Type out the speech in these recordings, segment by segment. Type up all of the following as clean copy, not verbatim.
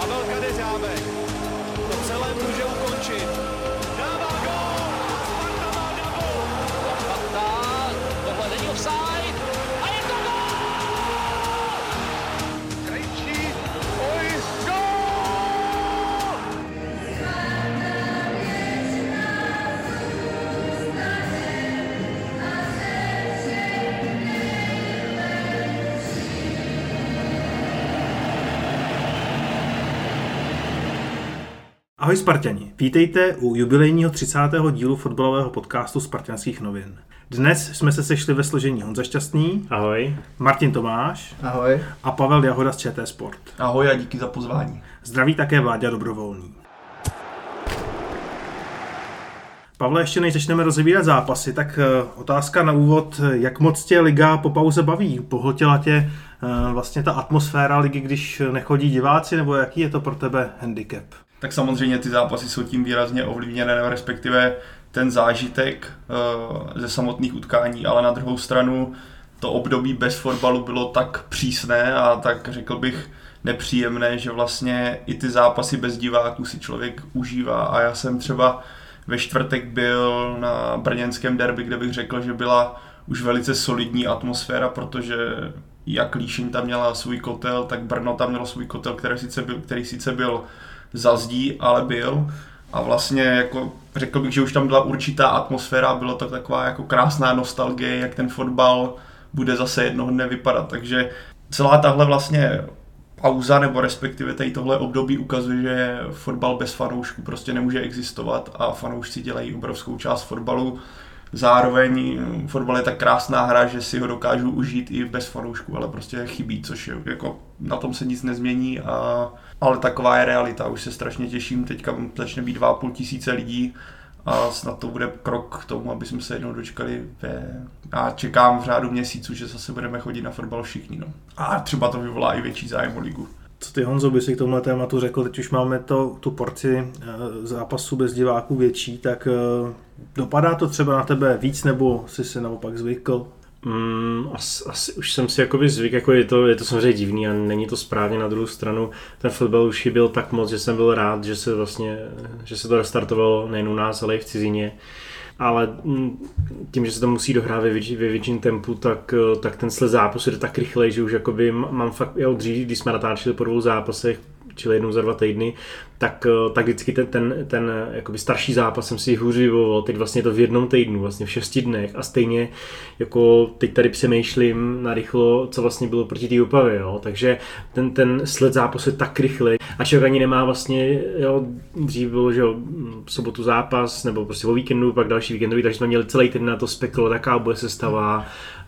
Pavel Kadeřábek to celé může ukončit. Dává gól! Sparta má double! Sparta, tohle není offside a je to gól! Krejčí, oj, gól! Ahoj Sparťani, vítejte u jubilejního 30. dílu fotbalového podcastu Spartanských novin. Dnes jsme se sešli ve složení Honza Šťastný. Ahoj. Martin Tomáš. Ahoj. A Pavel Jahoda z ČT Sport. Ahoj a díky za pozvání. Zdraví také Vláďa Dobrovolný. Pavle, ještě než začneme rozebírat zápasy, tak otázka na úvod, jak moc tě liga po pauze baví? Pohltila tě vlastně ta atmosféra ligy, když nechodí diváci, nebo jaký je to pro tebe handicap? Tak samozřejmě ty zápasy jsou tím výrazně ovlivněné, respektive ten zážitek ze samotných utkání, ale na druhou stranu to období bez fotbalu bylo tak přísné a tak řekl bych nepříjemné, že vlastně i ty zápasy bez diváků si člověk užívá a já jsem třeba ve čtvrtek byl na brněnském derby, kde bych řekl, že byla už velice solidní atmosféra, protože jak Líšeň tam měla svůj kotel, tak Brno tam mělo svůj kotel, který sice byl za zdí, ale byl. A vlastně jako řekl bych, že už tam byla určitá atmosféra, bylo to taková jako krásná nostalgie, jak ten fotbal bude zase jednoho dne vypadat. Takže celá tahle vlastně pauza, nebo respektive tady tohle období ukazuje, že fotbal bez fanoušků prostě nemůže existovat a fanoušci dělají obrovskou část fotbalu. Zároveň fotbal je tak krásná hra, že si ho dokážu užít i bez fanoušků, ale prostě chybí, což je, jako na tom se nic nezmění, ale taková je realita. Už se strašně těším, teďka začne být 2,5 tisíce lidí a snad to bude krok k tomu, aby jsme se jednou dočkali a čekám v řádu měsíců, že zase budeme chodit na fotbal všichni. No. A třeba to vyvolá i větší zájem o ligu. Co ty, Honzo, by si k tomuhle tématu řekl? Teď už máme tu porci zápasů bez diváků větší, tak dopadá to třeba na tebe víc, nebo jsi se naopak zvykl? Asi už jsem si jakoby zvyk, jako je to samozřejmě divný a není to správně. Na druhou stranu ten fotbal už chyběl tak moc, že jsem byl rád, že se to restartovalo nejen u nás, ale i v cizině. Ale tím, že se to musí dohrát ve větším tempu, tak ten sled zápasu jde tak rychle, že už jakoby mám fakt, dřív, když jsme natáčeli po 2 zápasech, čili jednou za 2 týdny, tak vždycky ten jakoby starší zápas jsem si hůř vyvoval, teď vlastně je to v 1 týdnu, vlastně v 6 dnech a stejně jako teď tady přemýšlím narychlo, co vlastně bylo proti té Opavě, jo? Takže ten sled zápasu je tak rychlý a člověk ani nemá vlastně, dřív bylo, že sobotu zápas nebo prostě o víkendu, pak další víkendový, takže jsme měli celý týden na to speklo, taká bude sestava,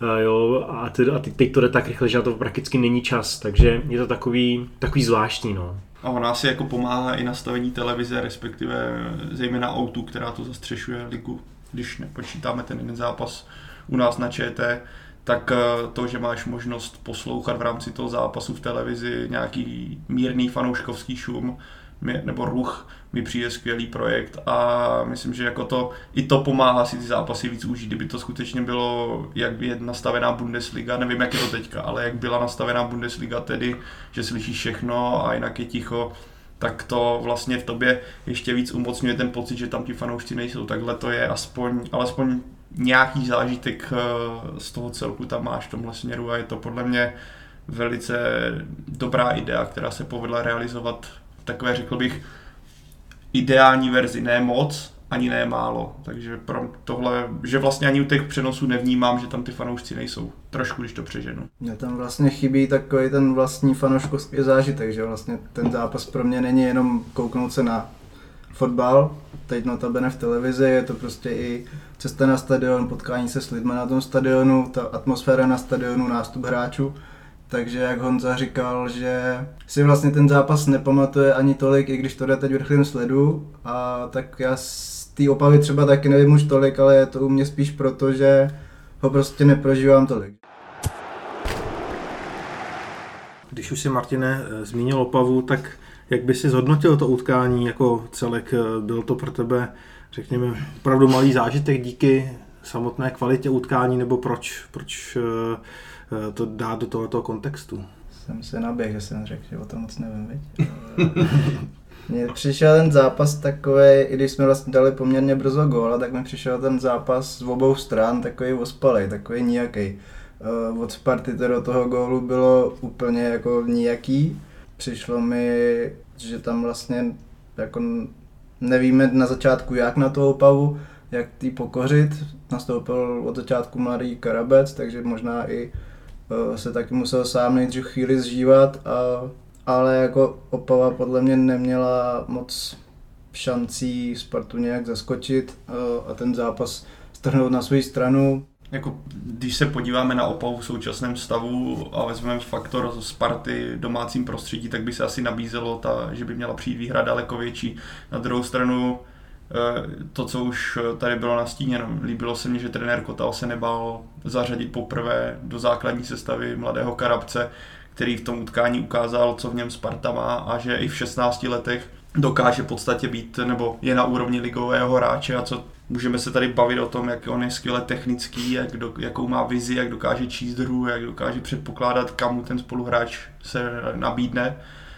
a teď to jde tak rychle, že na to prakticky není čas, takže je to takový zvláštní, no. A ona asi jako pomáhá i nastavení televize, respektive zejména O2, která to zastřešuje ligu, když nepočítáme ten jeden zápas u nás na ČT, tak to, že máš možnost poslouchat v rámci toho zápasu v televizi nějaký mírný fanouškovský šum nebo ruch, mi přijde skvělý projekt a myslím, že jako i to pomáhá si ty zápasy víc užít. Kdyby to skutečně bylo, jak je nastavená Bundesliga, nevím, jak je to teďka, ale jak byla nastavená Bundesliga, tedy, že slyšíš všechno a jinak je ticho, tak to vlastně v tobě ještě víc umocňuje ten pocit, že tam ti fanoušci nejsou. Takhle to je alespoň nějaký zážitek z toho celku tam máš v tomhle směru a je to podle mě velice dobrá idea, která se povedla realizovat v takové, řekl bych, ideální verzi, ne moc, ani ne málo. Takže pro tohle, že vlastně ani u těch přenosů nevnímám, že tam ty fanoušci nejsou. Trošku, když to přeženu. Mně tam vlastně chybí takový ten vlastní fanouškovský zážitek, že vlastně ten zápas pro mě není jenom kouknout se na fotbal, teď notabene v televizi, je to prostě i cesta na stadion, potkání se s lidmi na tom stadionu, ta atmosféra na stadionu, nástup hráčů. Takže jak Honza říkal, že si vlastně ten zápas nepamatuje ani tolik, i když to jde teď v rychlém sledu, a tak já z té Opavy třeba taky nevím už tolik, ale je to u mě spíš proto, že ho prostě neprožívám tolik. Když už si, Martine, zmínil Opavu, tak jak by si zhodnotil to utkání jako celek? Byl to pro tebe, řekněme, opravdu malý zážitek díky samotné kvalitě utkání, nebo proč to dát do tohoto kontextu? jsem se naběhl, že jsem řekl, že o tom moc nevím, viď? Mně přišel ten zápas takový, i když jsme vlastně dali poměrně brzo góla, tak mi přišel ten zápas z obou stran takový ospalej, takový nijaký. Od Sparty to do toho gólu bylo úplně jako nijaký. Přišlo mi, že tam vlastně jako nevíme na začátku jak na tu Opavu, jak tý pokořit. Nastoupil od začátku mladý Karabec, takže možná i se taky musel sám nejdřív chvíli zžívat, ale jako Opava podle mě neměla moc šancí Spartu nějak zaskočit a ten zápas strhnout na svou stranu. Jako, když se podíváme na Opavu v současném stavu a vezmeme faktor Sparty v domácím prostředí, tak by se asi nabízelo, že by měla přijít výhra daleko větší. Na druhou stranu to, co už tady bylo nastíněno, líbilo se mi, že trenér Kotal se nebál zařadit poprvé do základní sestavy mladého Karabce, který v tom utkání ukázal, co v něm Sparta má a že i v 16 letech dokáže v podstatě být, nebo je na úrovni ligového hráče a co můžeme se tady bavit o tom, jak on je skvěle technický, jakou má vizi, jak dokáže číst hru, jak dokáže předpokládat, kam mu ten spoluhráč se nabídne.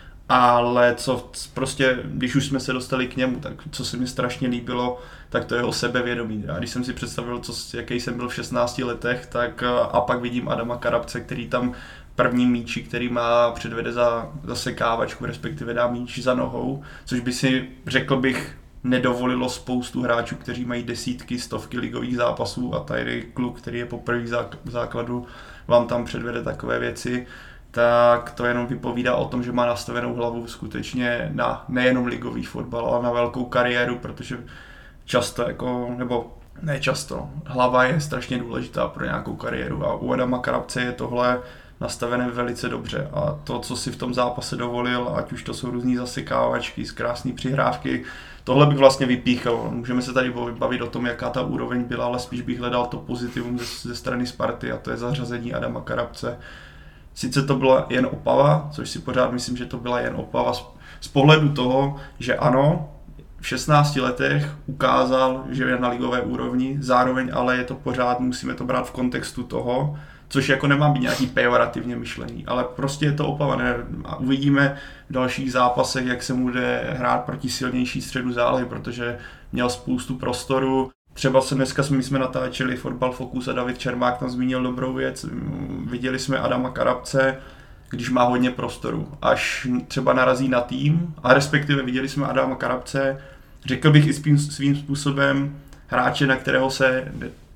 Ale co prostě, když už jsme se dostali k němu, tak co se mi strašně líbilo, tak to jeho sebevědomí. A když jsem si představil, jaký jsem byl v 16 letech, tak a pak vidím Adama Karabce, který tam první míči, který má, předvede za sekávačku, respektive dá míč za nohou, což by si, řekl bych, nedovolilo spoustu hráčů, kteří mají desítky, stovky ligových zápasů a tady kluk, který je poprvé v základu, vám tam předvede takové věci, tak to jenom vypovídá o tom, že má nastavenou hlavu skutečně na nejenom ligový fotbal, ale na velkou kariéru, protože často, ne často, hlava je strašně důležitá pro nějakou kariéru a u Adama Karabce je tohle nastavené velice dobře a to, co si v tom zápase dovolil, ať už to jsou různý zasekávačky, krásné přihrávky, tohle bych vlastně vypíchl. Můžeme se tady bavit o tom, jaká ta úroveň byla, ale spíš bych hledal to pozitivum ze strany Sparty a to je zařazení Adama Karabce. Sice to byla jen Opava, což si pořád myslím, že to byla jen Opava z pohledu toho, že ano, v 16 letech ukázal, že je na ligové úrovni, zároveň ale je to pořád, musíme to brát v kontextu toho, což jako nemá být nějaký pejorativně myšlený, ale prostě je to Opava. A uvidíme v dalších zápasech, jak se bude hrát proti silnější středu zálohy, protože měl spoustu prostoru. Třeba dneska jsme natáčeli Fotbal Focus a David Čermák tam zmínil dobrou věc. Viděli jsme Adama Karabce, když má hodně prostoru, až třeba narazí na tým, a respektive viděli jsme Adama Karabce, řekl bych i svým způsobem hráče, na kterého se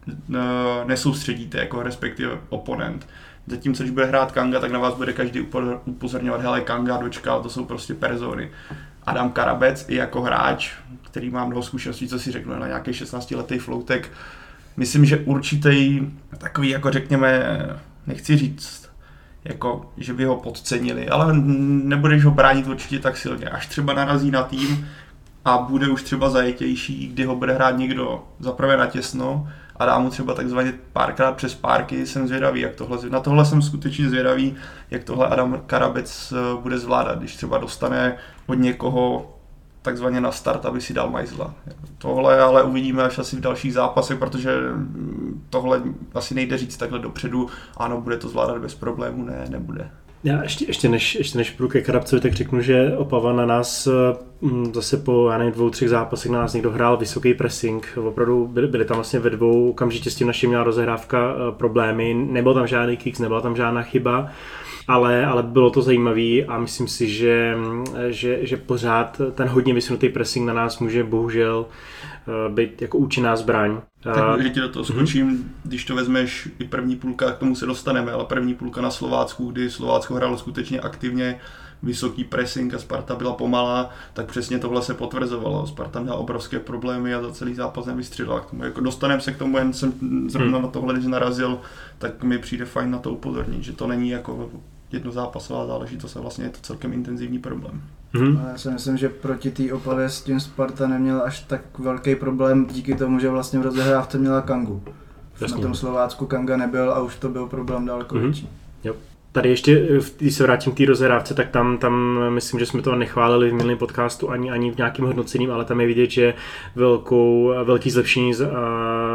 nesoustředíte jako respektive oponent. Zatímco, když bude hrát Kanga, tak na vás bude každý upozorňovat, hele, Kanga, dočkal, to jsou prostě persony. Adam Karabec i jako hráč, který má mnoho zkušeností, co si řeknu, na nějaký 16letý floutek, myslím, že určitý takový, jako řekněme, nechci říct, jako, že by ho podcenili, ale nebudeš ho bránit určitě tak silně. Až třeba narazí na tým a bude už třeba zajetější, kdy ho bude hrát někdo zaprvé na těsno a dá mu třeba takzvaně párkrát přes párky, jsem zvědavý, na tohle jsem skutečně zvědavý, jak tohle Adam Karabec bude zvládat, když třeba dostane od někoho takzvaně na start, aby si dal Majzla. Tohle ale uvidíme až asi v dalších zápasech, protože tohle asi nejde říct takhle dopředu, ano, bude to zvládat bez problémů, ne, nebude. Já ještě než půjdu ke Karabcovi, tak řeknu, že Opava na nás zase po 2-3 zápasech na nás někdo hrál vysoký pressing. Opravdu byli tam vlastně ve dvou, okamžitě s tím naším měla rozehrávka problémy, nebyl tam žádný kicks, nebyla tam žádná chyba, ale bylo to zajímavý a myslím si, že pořád ten hodně vysunutý pressing na nás může bohužel být jako účinná zbraň. Tak že ti do toho skočím, když to vezmeš i první půlka, k tomu se dostaneme, ale první půlka na Slovácku, kdy Slovácko hrálo skutečně aktivně, vysoký pressing a Sparta byla pomalá, tak přesně tohle se potvrzovalo. Sparta měla obrovské problémy a za celý zápas nevystřelila k tomu. Jako dostaneme se k tomu, jen jsem zrovna na tohle, když narazil, tak mi přijde fajn na to upozornit, že to není jako jednozápasová záležitost a vlastně je to celkem intenzivní problém. Já si myslím, že proti té Opavě s tím Sparta neměla až tak velký problém díky tomu, že vlastně v rozehrávce měla Kangu. Na tom Slovácku Kanga nebyl a už to byl problém daleko větší. Jo. Tady ještě, když se vrátím k té rozehrávce, tak tam myslím, že jsme to nechválili v minulém podcastu ani v nějakým hodnocením, ale tam je vidět, že velký zlepšení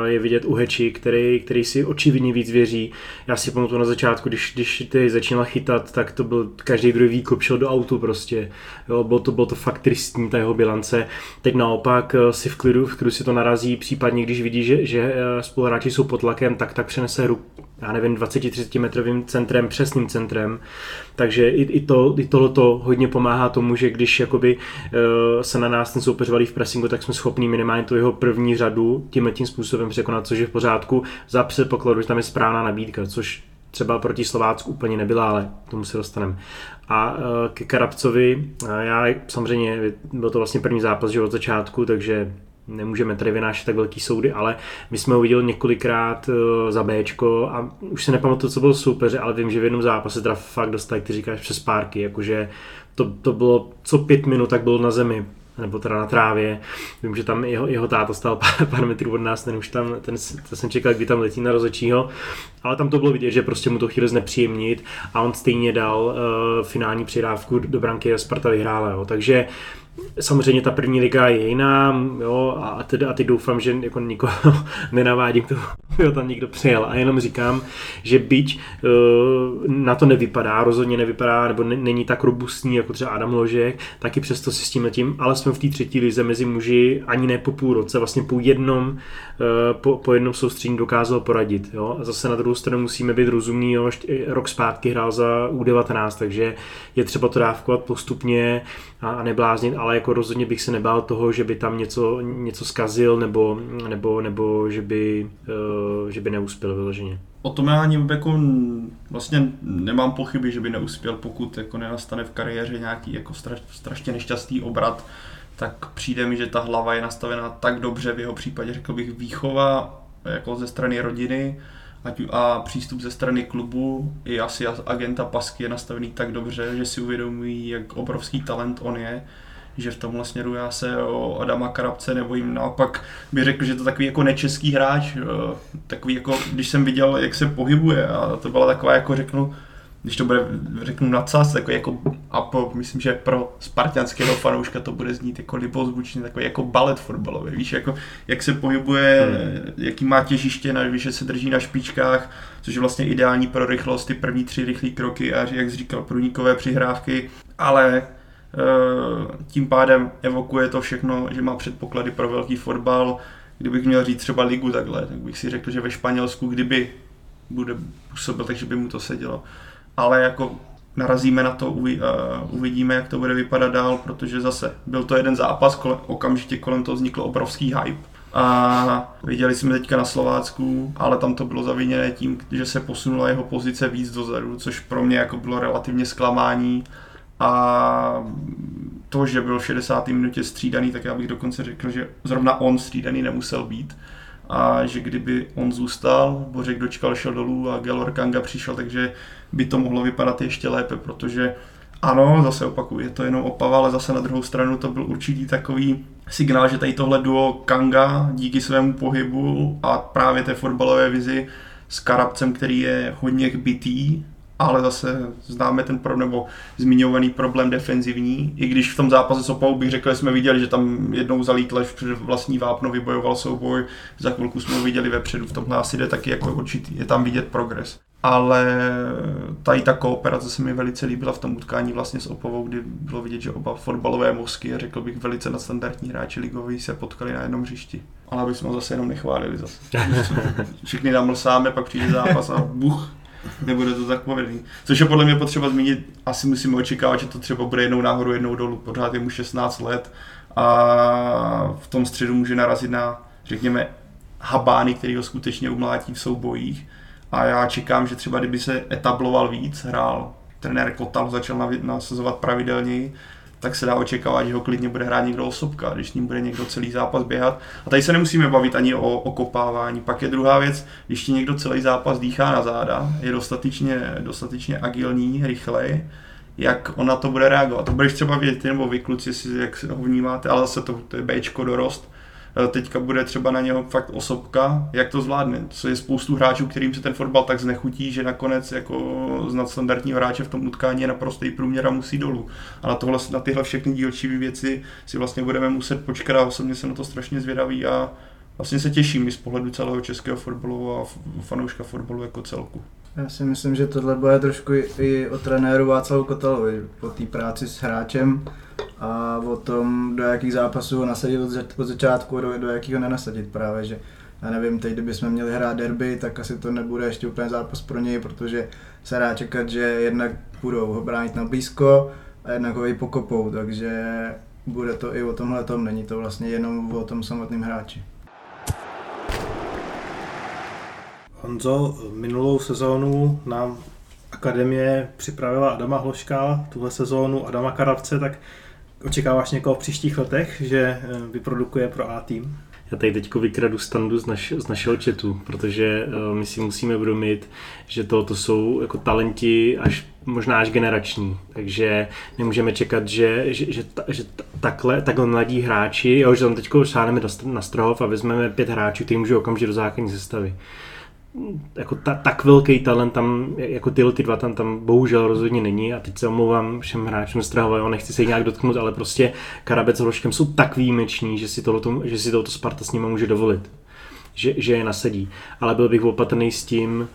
je vidět u Heči, který si očividně víc věří. Já si pamatuju na začátku, když ty začínala chytat, tak to byl každý druhý výkop šel do autu prostě. Jo, bylo to fakt tristní, ta jeho bilance. Teď naopak si v klidu si to narazí, případně když vidí, že spoluhráči jsou pod tlakem, tak přenese ruku, já nevím, 20-30 metrovým centrem, přesným centrem. Takže i tohleto hodně pomáhá tomu, že když jakoby se na nás ten soupeř valí v pressingu, tak jsme schopni minimálně tu jeho první řadu tím způsobem překonat, což je v pořádku za předpokladu, že tam je správná nabídka, což třeba proti Slovácku úplně nebyla, ale k tomu se dostaneme. A ke Karabcovi, já samozřejmě, byl to vlastně první zápas, že od začátku, takže nemůžeme tady vynášet tak velký soudy, ale my jsme ho viděli několikrát za Bčko a už se nepamatuju, co byl soupeř, ale vím, že v jednom zápase teda fakt dostal, jak ty říkáš, přes párky, jakože to bylo co 5 minut, tak bylo na zemi, nebo teda na trávě. Vím, že tam jeho táta stál pár metrů od nás, ten už tam, ten jsem čekal, kdy tam letí na rozhodčího, ale tam to bylo vidět, že prostě mu to chtěli znepříjemnit a on stejně dal finální přihrávku do branky a Sparta vyhrála, jo. Takže samozřejmě ta první liga je jiná, jo, a teď doufám, že jako nikoho nenavádím k tomu, jo, tam někdo přijel a jenom říkám, že byť na to nevypadá, rozhodně nevypadá, nebo není tak robustní jako třeba Adam Ložek, taky přesto si s tím, ale jsme v té třetí lize mezi muži ani ne po půl roce, vlastně po jednom soustředění dokázal poradit, jo, a zase na druhou stranu musíme být rozumní, jo, rok zpátky hrál za U19, takže je třeba to dávkovat postupně a nebláznit, ale jako rozhodně bych se nebál toho, že by tam něco zkazil nebo že by neuspěl vyloženě. O tom já ani jako vlastně nemám pochyby, že by neuspěl, pokud jako nenastane v kariéře nějaký jako strašně nešťastný obrat, tak přijde mi, že ta hlava je nastavená tak dobře, v jeho případě řekl bych výchova jako ze strany rodiny a přístup ze strany klubu i asi agenta Pasky je nastavený tak dobře, že si uvědomují, jak obrovský talent on je, že v tomhle směru já se o Adama Karabce nebojím, naopak bych řekl, že to takový jako nečeský hráč, takový jako, když jsem viděl, jak se pohybuje a to byla taková jako když to bude řeknu nadsaz, takový jako myslím, že pro spartanského fanouška to bude znít jako libozvučně, takový jako balet fotbalový, víš, jako jak se pohybuje, jaký má těžiště, že se drží na špičkách, což je vlastně ideální pro rychlost, ty první 3 rychlé kroky a jak jsi říkal, průnikové přihrávky, ale tím pádem evokuje to všechno, že má předpoklady pro velký fotbal. Kdybych měl říct třeba ligu takhle, tak bych si řekl, že ve Španělsku, kdyby bude působil, takže by mu to sedělo. Ale jako narazíme na to, uvidíme, jak to bude vypadat dál, protože zase byl to jeden zápas, okamžitě kolem toho vznikl obrovský hype. A viděli jsme teďka na Slovácku, ale tam to bylo zaviněné tím, že se posunula jeho pozice víc dozadu, což pro mě jako bylo relativně zklamání. A to, že byl v 60. minutě střídaný, tak já bych dokonce řekl, že zrovna on střídaný nemusel být. A že kdyby on zůstal, Bořek dočkal, šel dolů a Gelor Kanga přišel, takže by to mohlo vypadat ještě lépe, protože ano, zase opakuju, je to jenom Opava, ale zase na druhou stranu to byl určitý takový signál, že tady tohle duo Kanga díky svému pohybu a právě té fotbalové vizi s Karabcem, který je hodně hbitý, ale zase známe ten problém, nebo zmiňovaný problém defenzivní. I když v tom zápase s Opavou bych řekl, že jsme viděli, že tam jednou zalítl před vlastní vápno, vybojoval souboj, za chvilku jsme ho viděli vepředu, v tomhle asi jde taky jako určitý, je tam vidět progres. Ale tady ta kooperace se mi velice líbila v tom utkání vlastně s Opavou, kdy bylo vidět, že oba fotbalové mozky, řekl bych velice nadstandardní hráči ligoví, se potkali na jednom hřišti. Ale aby jsme ho zase jenom nechválili zase. Všichni namlsáme, pak přijde zápas a buch. Nebude to tak povedený. Což je podle mě potřeba zmínit, asi musíme očekávat, že to třeba bude jednou nahoru, jednou dolů, pořád je mu 16 let a v tom středu může narazit na, řekněme, Habány, který ho skutečně umlátí v soubojích a já čekám, že třeba kdyby se etabloval víc, hrál trenér Kotal, začal nasazovat pravidelněji, tak se dá očekávat, že ho klidně bude hrát někdo osobka, když s ním bude někdo celý zápas běhat. A tady se nemusíme bavit ani o okopávání. Pak je druhá věc, když ti někdo celý zápas dýchá na záda, je dostatečně agilní, rychlej, jak on na to bude reagovat. To budeš třeba vědět, nebo vy kluci, jak ho vnímáte, ale zase to je Bčko dorost. Teďka bude třeba na něho fakt osobka, jak to zvládne. To je spoustu hráčů, kterým se ten fotbal tak znechutí, že nakonec jako z nadstandardního hráče v tom utkání je naprostý průměr a musí dolů. A na tyhle všechny dílčí věci si vlastně budeme muset počkat a osobně jsem na to strašně zvědavý a vlastně se těším i z pohledu celého českého fotbalu a fanouška fotbalu jako celku. Já si myslím, že tohle bude trošku i o trenéru Václavu Kotalovi, o té práci s hráčem a o tom, do jakých zápasů ho nasadit od začátku, do jakých ho nenasadit právě, že já nevím, teď kdybychom měli hrát derby, tak asi to nebude ještě úplně zápas pro něj, protože se dá čekat, že jednak budou ho bránit na blízko a jednak ho i pokopou, takže bude to i o tomhletom, není to vlastně jenom o tom samotném hráči. Honzo, minulou sezónu nám akademie připravila Adama Hloška, tuhle sezónu Adama Karabce, tak očekáváš někoho v příštích letech, že vyprodukuje pro A-tým? Já tady teďko vykradu Standu z našeho chatu, protože my si musíme uvědomit, že to jsou jako talenti možná až generační, takže nemůžeme čekat, že takhle mladí hráči, že tam teďko šáneme na Strahov a vezmeme 5 hráčů, kteří můžou okamžitě do základní sestavy. Jako tak velký talent tam, jako tyhle dva tam bohužel rozhodně není a teď se omlouvám všem hráčům z Strahova, nechci se jich nějak dotknout, ale prostě Karabec s Hloškem jsou tak výjimeční, že si tohoto Sparta s nimi může dovolit, že je nasadí. Ale byl bych opatrný s tím,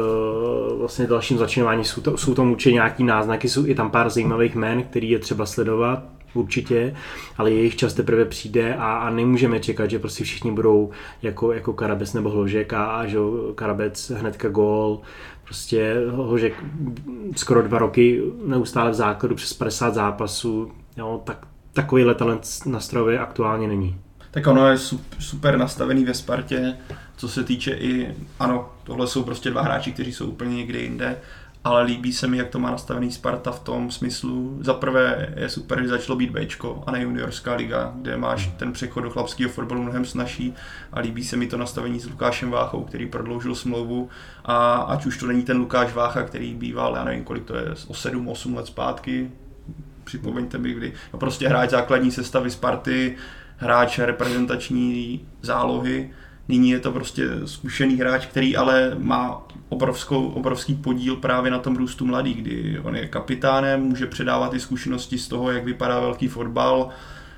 vlastně dalším začínování jsou tam určitě nějaký náznaky, jsou i tam pár zajímavých jmen, který je třeba sledovat, určitě, ale jejich čas teprve přijde a nemůžeme čekat, že prostě všichni budou jako Karabec nebo Hložek a že Karabec hnedka gól, prostě Hložek skoro 2 roky neustále v základu přes 50 zápasů, jo, tak takovýhle talent na Strahově aktuálně není. Tak ono je super nastavený ve Spartě, co se týče ano, tohle jsou prostě 2 hráči, kteří jsou úplně někde jinde, ale líbí se mi, jak to má nastavený Sparta v tom smyslu. Za prvé je super, že začalo být Bčko a ne juniorská liga, kde máš ten přechod do chlapského fotbalu mnohem snazší a líbí se mi to nastavení s Lukášem Váchou, který prodloužil smlouvu a ať už to není ten Lukáš Vácha, který býval, já nevím kolik to je, o 7-8 let zpátky, připomeňte mi kdy, no prostě hráč základní sestavy Sparty, hráč reprezentační zálohy. Nyní je to prostě zkušený hráč, který ale má obrovský podíl právě na tom růstu mladý, kdy on je kapitánem, může předávat i zkušenosti z toho, jak vypadá velký fotbal,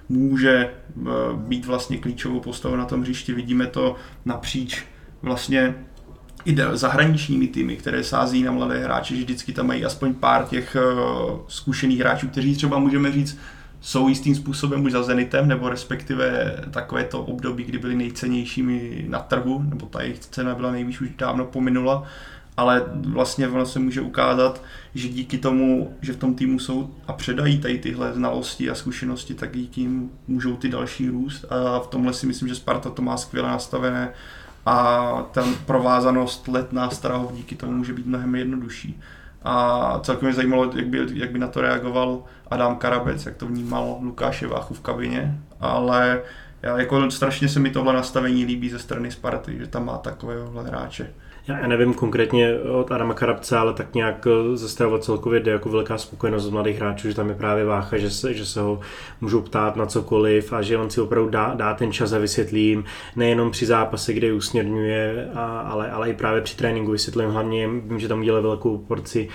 může být vlastně klíčovou postavou na tom hřišti. Vidíme to napříč vlastně i zahraničními týmy, které sází na mladé hráče, že vždycky tam mají aspoň pár těch zkušených hráčů, kteří třeba můžeme říct, jsou jistým způsobem už za Zenitem, nebo respektive takové to období, kdy byli nejcennějšími na trhu, nebo ta jejich cena byla nejvíc už dávno pominula, ale vlastně ono se může ukázat, že díky tomu, že v tom týmu jsou a předají tady tyhle znalosti a zkušenosti, tak díky jim můžou ty další růst a v tomhle si myslím, že Sparta to má skvěle nastavené a ta provázanost Letná Strahov díky tomu může být mnohem jednodušší. A celkem mě zajímalo, jak by na to reagoval Adam Karabec, jak to vnímal Lukáše Váchu v kabině, ale strašně se mi tohle nastavení líbí ze strany Sparty, že tam má takového hráče. Já nevím konkrétně od Adama Karabce, ale tak nějak ze Strahova celkově jde jako velká spokojenost od mladých hráčů, že tam je právě Vácha, že se ho můžou ptát na cokoliv a že on si opravdu dá ten čas a vysvětlí jim, nejenom při zápase, kde ji usměrňuje, ale i právě při tréninku vysvětlím. Hlavně vím, že tam udělal velkou porci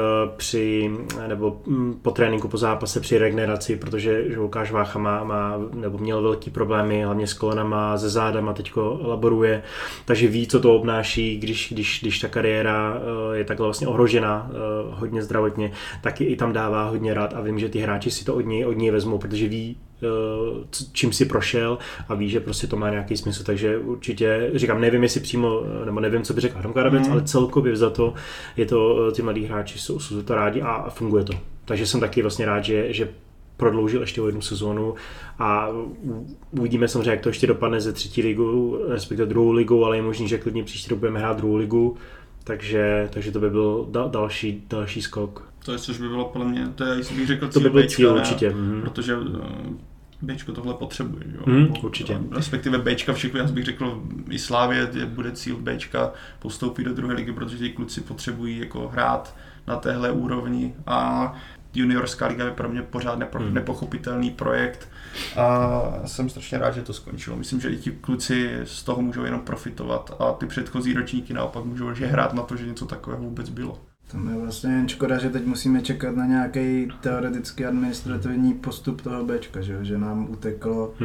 po tréninku, po zápase při regeneraci, protože Lukáš Vácha měl velký problémy, hlavně s kolenama, se zádama, teďko laboruje, takže ví, co to obnáší, když ta kariéra je takhle vlastně ohrožena hodně zdravotně, tak i tam dává hodně rád a vím, že ty hráči si to od něj vezmou, protože ví, čím si prošel a ví, že prostě to má nějaký smysl, takže určitě říkám, nevím, jestli přímo, nebo nevím, co by řekl Adam Karabec, ale celkově za to je to, ty mladí hráči jsou to rádi a funguje to. Takže jsem taky vlastně rád, že prodloužil ještě o 1 sezónu a uvidíme samozřejmě, jak to ještě dopadne ze 3. ligu, respektive 2. ligou, ale je možný, že klidně příští rok budeme hrát 2. ligu, takže to by byl další skok. Což by bylo podle mě, to je, jestli bych řekl, to by byl cíl určitě. Protože Bčko tohle potřebuje. Určitě. Respektive Bčka všechno, já bych řekl, i Slávě bude cíl Bčka postoupit do 2. ligy, protože ti kluci potřebují jako hrát na téhle úrovni a juniorská liga je pro mě pořád nepochopitelný projekt a jsem strašně rád, že to skončilo. Myslím, že i ti kluci z toho můžou jenom profitovat a ty předchozí ročníky naopak můžou hrát na to, že něco takového vůbec bylo. Tam je vlastně jen škoda, že teď musíme čekat na nějaký teoretický administrativní postup toho Bčka, že nám uteklo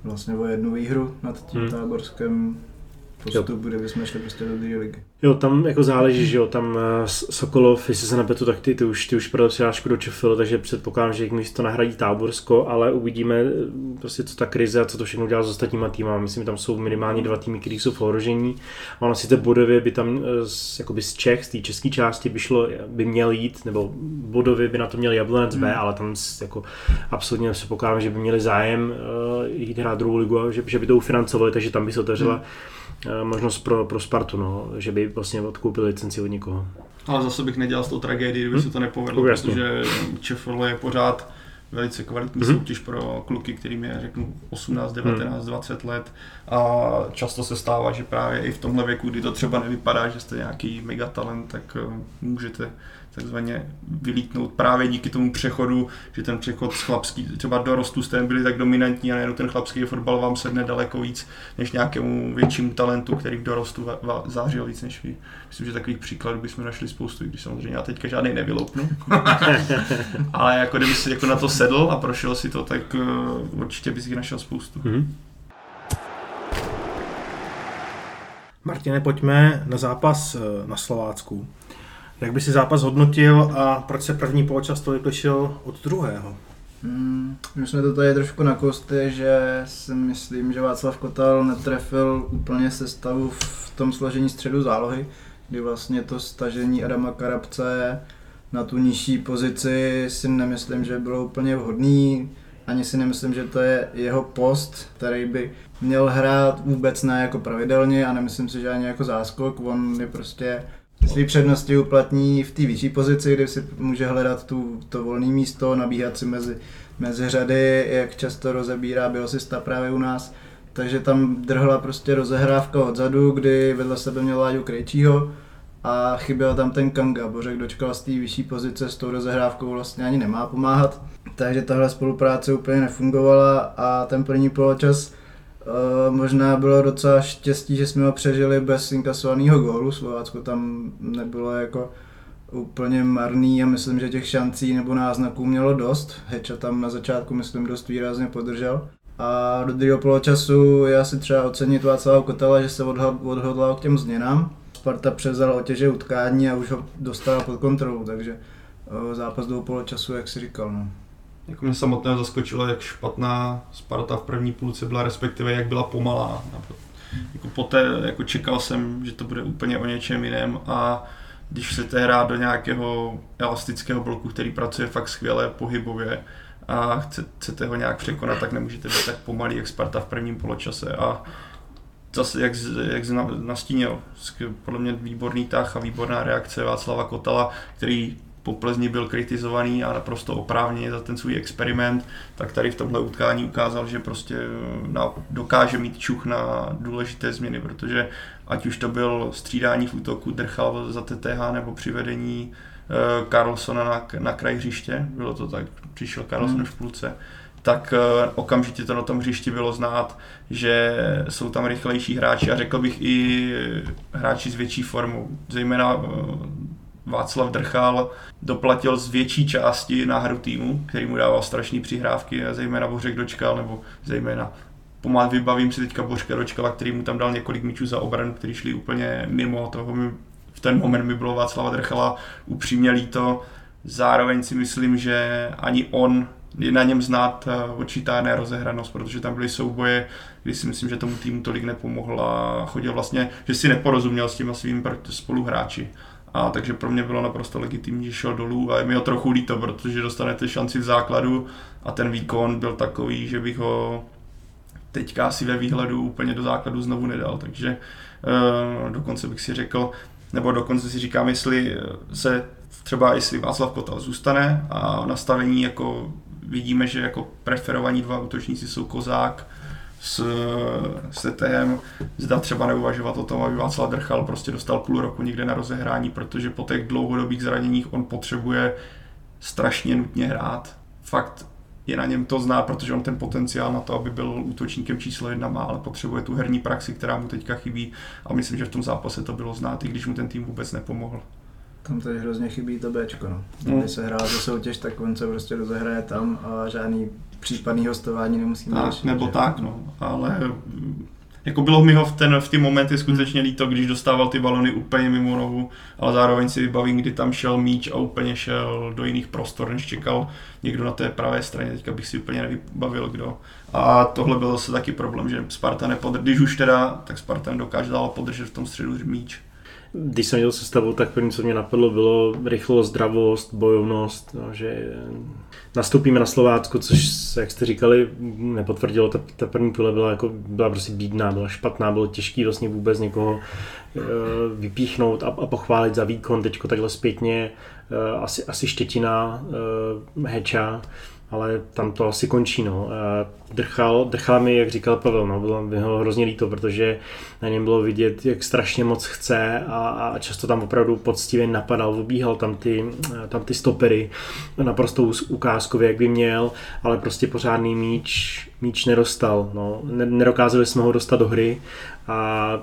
vlastně o 1 výhru nad tím Táborskem postup, kde bychom šli prostě do druhé ligy. Jo, tam jako záleží, že jo, tam Sokolov, jestli se nepletu, tak ty už prodal přirážku do ČFL, takže předpokládám, že jich místo nahradí Táborsko, ale uvidíme prostě, co ta krize a co to všechno dělá s ostatníma týmama. Myslím, že tam jsou minimálně 2 týmy, které jsou v ohrožení. Ono sice bodově by tam jakoby z Čech, z té české části by měl jít, nebo bodově by na to měl Jablonec B, ale tam jako absolutně nepředpokládám, že by měli zájem jít hrát druhou ligu a že by to ufinancovali, takže tam by se otevřela možnost pro Spartu, no, že by vlastně odkoupili licenci od někoho. Ale zase bych nedělal z toho tragédii, kdyby se to nepovedlo, protože ČFL je pořád velice kvalitní soutěž pro kluky, kterým je, řeknu, 18, 19, 20 let a často se stává, že právě i v tomhle věku, kdy to třeba nevypadá, že jste nějaký megatalent, tak můžete takzvaně vylítnout právě díky tomu přechodu, že ten přechod z chlapský, třeba dorostu jste byli tak dominantní a nejenom ten chlapský fotbal vám sedne daleko víc než nějakému většímu talentu, který v dorostu zářil víc než vy. Myslím, že takových příkladů bychom našli spoustu, když samozřejmě já teďka žádnej nevyloupnu. Ale jako kdyby si jako na to sedl a prošel si to, tak určitě bys jich našel spoustu. Martine, pojďme na zápas na Slovácku. Jak by si zápas hodnotil a proč se první poločas tolik lišil od druhého? My jsme to tady trošku nakousli, že si myslím, že Václav Kotal netrefil úplně sestavu v tom složení středu zálohy, kdy vlastně to stažení Adama Karabce na tu nižší pozici si nemyslím, že bylo úplně vhodný. Ani si nemyslím, že to je jeho post, který by měl hrát vůbec ne jako pravidelně a nemyslím si, že ani jako záskok. On je prostě svý přednosti uplatní v té vyšší pozici, kde si může hledat to volné místo, nabíhat si mezi řady, jak často rozebírá bělosista právě u nás. Takže tam drhla prostě rozehrávka odzadu, kdy vedle sebe měl Láďu Krejčího a chyběl tam ten Kanga. Bořek dočkal z té vyšší pozice, s tou rozehrávkou vlastně ani nemá pomáhat. Takže tahle spolupráce úplně nefungovala a ten první poločas možná bylo docela štěstí, že jsme ho přežili bez inkasovaného gólu. Slovácko tam nebylo jako úplně marný a myslím, že těch šancí nebo náznaků mělo dost. Heča tam na začátku, myslím, dost výrazně podržel. A do druhého poločasu já si třeba ocenit Václava Kotala, že se odhodlal k těm změnám. Sparta převzala otěže utkání a už ho dostala pod kontrolu, takže zápas do poločasu, jak si říkal. No. Jako mě samotného zaskočilo, jak špatná Sparta v první půlce byla, respektive jak byla pomalá. Jako poté jako čekal jsem, že to bude úplně o něčem jiném a když chcete hrát do nějakého elastického bloku, který pracuje fakt skvěle pohybově a chcete ho nějak překonat, tak nemůžete být tak pomalý, jak Sparta v prvním poločase. A zase, jak nastínil, podle mě výborný tah a výborná reakce Václava Kotala, který po Plzni byl kritizovaný a naprosto oprávněně za ten svůj experiment, tak tady v tomhle utkání ukázal, že prostě dokáže mít čuch na důležité změny, protože ať už to byl střídání v útoku, drchal za TTH nebo přivedení Karlsona na kraj hřiště, bylo to tak, přišel Karlsson v půlce, tak okamžitě to na tom hřišti bylo znát, že jsou tam rychlejší hráči a řekl bych i hráči s větší formou, zejména Václav Drchal doplatil z větší části náhru týmu, který mu dával strašný přihrávky a zejména Bořek dočkal, nebo zejména vybavím si teďka Bořka dočkala, který mu tam dal několik míčů za obranu, který šli úplně mimo toho. V ten moment mi bylo Václava Drchala upřímně líto. Zároveň si myslím, že ani on je na něm znát určitá nerozehranost, protože tam byly souboje, kdy si myslím, že tomu týmu tolik nepomohl a chodil vlastně, že si neporozuměl s těma svými spoluhráči. A takže pro mě bylo naprosto legitimní, že šel dolů a je mi ho trochu líto, protože dostanete šanci v základu a ten výkon byl takový, že bych ho teďka asi ve výhledu úplně do základu znovu nedal, takže dokonce bych si řekl, nebo dokonce si říkám, jestli Václav Kotal zůstane a nastavení jako vidíme, že jako preferovaní dva útočníci jsou Kozák s TTM, zda třeba neuvažovat o tom, aby Václav Drchal prostě dostal půl roku někde na rozehrání, protože po těch dlouhodobých zraněních on potřebuje strašně nutně hrát. Fakt je na něm to znát, protože on ten potenciál na to, aby byl útočníkem číslo 1 má, ale potřebuje tu herní praxi, která mu teďka chybí a myslím, že v tom zápase to bylo znát, i když mu ten tým vůbec nepomohl. Tam teď hrozně chybí to Bčko, no. Když se hrál za soutěž, tak on se prostě rozehraje tam a žádný případný hostování nemusíme řešit. Nebo tak, no, ale jako bylo mi ho v ty momenty skutečně líto, když dostával ty balony úplně mimo nohu, ale zároveň si vybavím, kdy tam šel míč a úplně šel do jiných prostor, než čekal někdo na té pravé straně, teďka bych si úplně nevybavil kdo. A tohle byl zase taky problém, že Sparta když už teda, tak Sparta dokáže dál podržet v tom středu míč. Když jsem měl sestavu, tak první, co mě napadlo, bylo rychlost, zdravost, bojovnost, no, že nastoupíme na Slovácko, což, jak jste říkali, nepotvrdilo, ta první půle byla prostě bídná, byla špatná, bylo těžký vlastně vůbec někoho vypíchnout a pochválit za výkon, teďko takhle zpětně, asi Štětina, Heča, ale tam to asi končí, no. Drchal mi, jak říkal Pavel, no, bylo mi ho hrozně líto, protože na něm bylo vidět, jak strašně moc chce a často tam opravdu poctivě napadal, obíhal tam ty stopery naprosto ukázkově, jak by měl, ale prostě pořádný míč nedostal, no. Nedokázali jsme ho dostat do hry a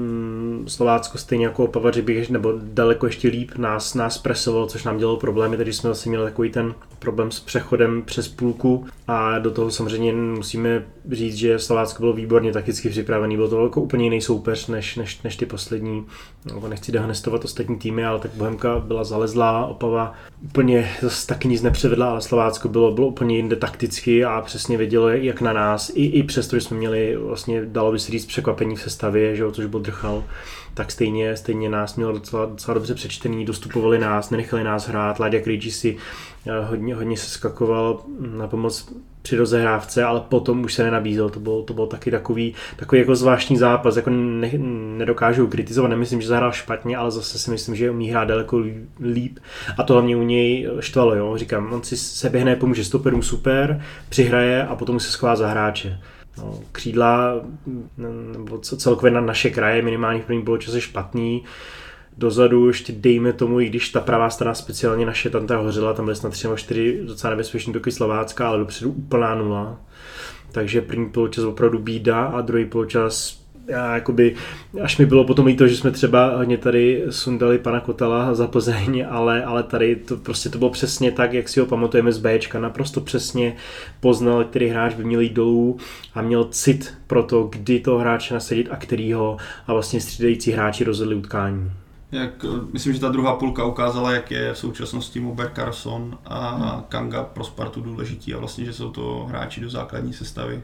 Slovácko stejně jako Opava, nebo daleko ještě líp nás presovalo, což nám dělalo problémy, takže jsme zase měli takový ten problém s přechodem přes půlku a do toho samozřejmě musíme říct, že Slovácko bylo výborně takticky připravený, bylo to jako úplně jiný soupeř než ty poslední, no, nechci dehonestovat ostatní týmy, ale tak Bohemka byla zalezlá, Opava úplně zase taky nic nepřevedla, ale Slovácko bylo úplně jinde takticky a přesně vědělo, jak na nás, i přesto, že jsme měli vlastně, dalo by se říct, překvapení v sestavě, že jo, což byl Drchal, tak stejně nás mělo docela dobře přečtený, dostupovali nás, nenechali nás hrát, Láďa Krejčí si hodně se skakoval na pomoc při rozehrávce, ale potom už se nenabízel, to bylo taky takový jako zvláštní zápas, jako nedokážu kritizovat, nemyslím, že zahrál špatně, ale zase si myslím, že umí hrát daleko líp a to hlavně u něj štvalo, jo, říkám, on si se běhne, pomůže stoperům super, přihraje a potom se schová za hráče. No, křídla, nebo celkově na naše kraje, minimálně v prvním poločase špatný. Dozadu ještě dejme tomu, i když ta pravá strana speciálně naše tam hořela, tam byly snad 3 nebo 4 docela nebezpečný toky Slovácka, ale dopředu úplná nula. Takže první poločas opravdu bída a druhý poločas až mi bylo potom líto, že jsme třeba hodně tady sundali pana Kotala za Plzeň, ale tady to bylo přesně tak, jak si ho pamatujeme z Bčka, naprosto přesně poznal, který hráč by měl jít dolů a měl cit pro to, kdy toho hráče nasadit a kterýho a vlastně střídající hráči rozhodli utkání. Myslím, že ta druhá půlka ukázala, jak je v současnosti Mober, Carson a Kanga pro Spartu důležití a vlastně, že jsou to hráči do základní sestavy.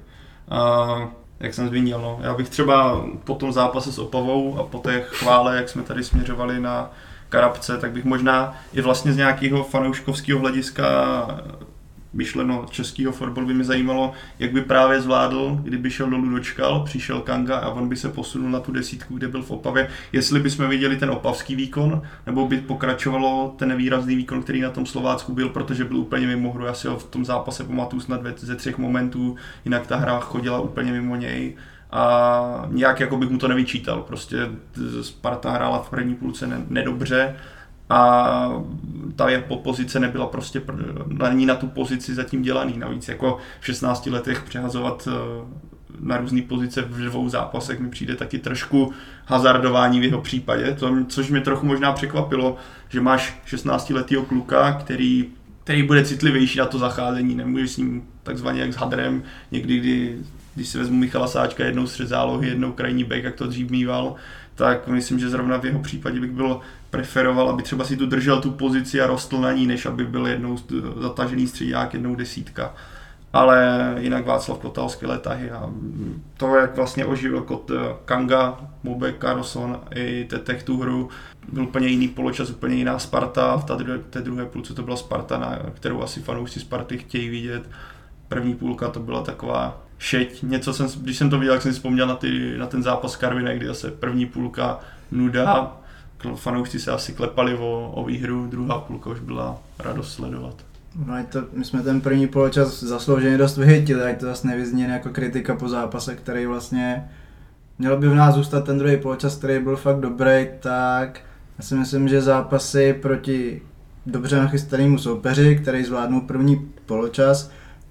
Jak jsem zmínil, no, já bych třeba po tom zápase s Opavou a po té chvále, jak jsme tady směřovali na Karabce, tak bych možná i vlastně z nějakého fanouškovského hlediska myšleno českého fotbalu by mě zajímalo, jak by právě zvládl, kdyby šel dolů dočkal, přišel Kanga a on by se posunul na tu desítku, kde byl v Opavě, jestli bychom viděli ten opavský výkon, nebo by pokračovalo ten nevýrazný výkon, který na tom Slovácku byl, protože byl úplně mimo hru, já si ho v tom zápase pamatuju snad ze 3 momentů, jinak ta hra chodila úplně mimo něj a nějak jako bych mu to nevyčítal, prostě Sparta hrála v první půlce nedobře, a ta jeho pozice nebyla prostě není na tu pozici zatím dělaný. Navíc jako v 16 letech přehazovat na různé pozice v 2 zápasech mi přijde taky trošku hazardování v jeho případě, což mě trochu možná překvapilo, že máš 16letýho kluka, který bude citlivější na to zacházení, nemůžeš s ním takzvaně jak s hadrem, někdy když si vezmu Michala Sáčka, jednou střed zálohy, jednou krajní back, jak to dřív mýval, tak myslím, že zrovna v jeho případě bych byl preferoval, aby třeba si tu držel tu pozici a rostl na ní, než aby byl jednou zatažený středák, jednou desítka. Ale jinak Václav Kotal skvělé tahy a to, jak vlastně oživil Kanga, Mobek, Carlson i Tetek tu hru, byl úplně jiný poločas, úplně jiná Sparta, v té druhé půlce to byla Sparta, na kterou asi fanoušci Sparty chtějí vidět. První půlka to byla taková šeť, když jsem to viděl, tak jsem si vzpomněl na ten zápas s Karviné, kdy zase první půlka nuda, fanoušci se asi klepali o výhru, druhá půlka už byla radost sledovat. No, my jsme ten první poločas zaslouženě dost vyhytili, ať to zase nevyzní jako kritika po zápase, který vlastně měl by v nás zůstat ten druhý poločas, který byl fakt dobrý, tak já si myslím, že zápasy proti dobře nachystanému soupeři, který zvládnul první poločas,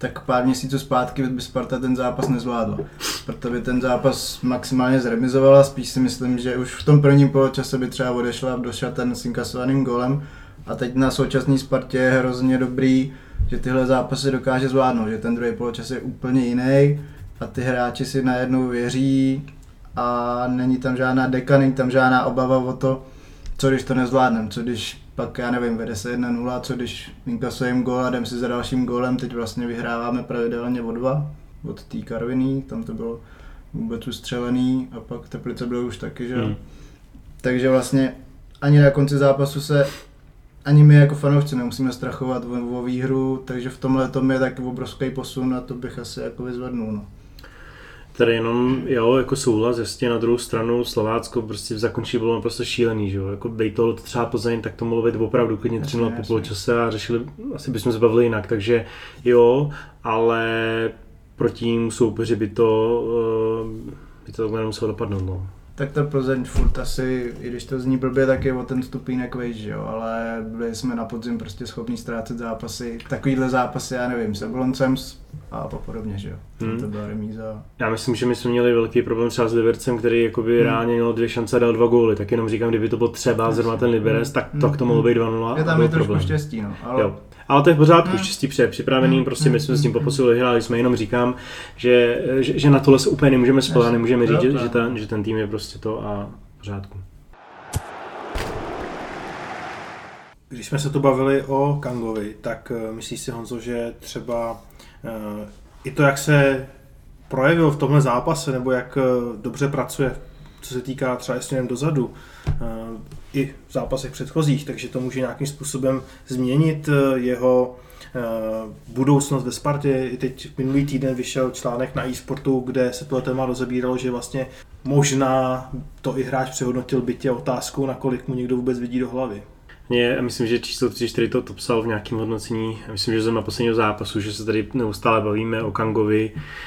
tak pár měsíců zpátky by Sparta ten zápas nezvládla. Proto by ten zápas maximálně zremizovala, spíš si myslím, že už v tom prvním poločase by třeba odešla do šatén s inkasovaným gólem. A teď na současné Spartě je hrozně dobrý, že tyhle zápasy dokáže zvládnout, že ten druhý poločas je úplně jiný a ty hráči si najednou věří a není tam žádná deka, není tam žádná obava o to, co když to nezvládnem, co když pak, já nevím, vede se 1-0, co když inkasujeme gól a jdem si za dalším gólem, teď vlastně vyhráváme pravidelně o 2 od té Karviný, tam to bylo vůbec ustřelený a pak Teplice bylo už taky, že Takže vlastně ani na konci zápasu se ani my jako fanoušci nemusíme strachovat o výhru, takže v tomhle tom je taky obrovský posun a to bych asi jako vyzvednul. No. Tady jenom, jo, jako souhlas, jasně, na druhou stranu Slovácko prostě v zakončí bylo naprosto šílený, že jo, jako Bejtol třeba Plzeň, tak to mohlo být opravdu klidně 3-0 po poločase a řešili, asi bychom se bavili jinak, takže jo, ale proti ním soupeři by to takhle nemuselo dopadnout, no. Tak ta Plzeň furt asi, i když to zní blbě, tak je o ten stupínek vejš, jo, ale byli jsme na podzim prostě schopni ztrácet zápasy, takovýhle zápasy, já nevím, s Jabloncem a podobně, že jo, to byla remíza. Já myslím, že my jsme měli velký problém třeba s Libercem, který jakoby reálně měl 2 šance a dal 2 góly, tak jenom říkám, kdyby to bylo třeba zrovna ten Liberec, tak to mohlo být 2-0. Je tam je trošku štěstí, no, ale... Jo. Ale to je v pořádku, štěstí připravený, prostě my jsme s tím po posilu vyhráli, jsme jenom říkám, že na tohle se úplně nemůžeme spoléhat, nemůžeme říct, že ten tým je prostě to a v pořádku. Když jsme se tu bavili o Kangovi, tak myslíš si, Honzo, že třeba i to, jak se projevil v tomhle zápase, nebo jak dobře pracuje, co se týká třeba směrem dozadu, i v zápasech předchozích, takže to může nějakým způsobem změnit jeho budoucnost ve Spartě. I teď minulý týden vyšel článek na eSportu, kde se tohle téma rozebíralo, že vlastně možná to i hráč přehodnotil, byť je otázkou, nakolik mu někdo vůbec vidí do hlavy. Myslím, že číslo 34 to psal v nějakém hodnocení, myslím, že jsem na posledního zápasu, že se tady neustále bavíme o Kangovi,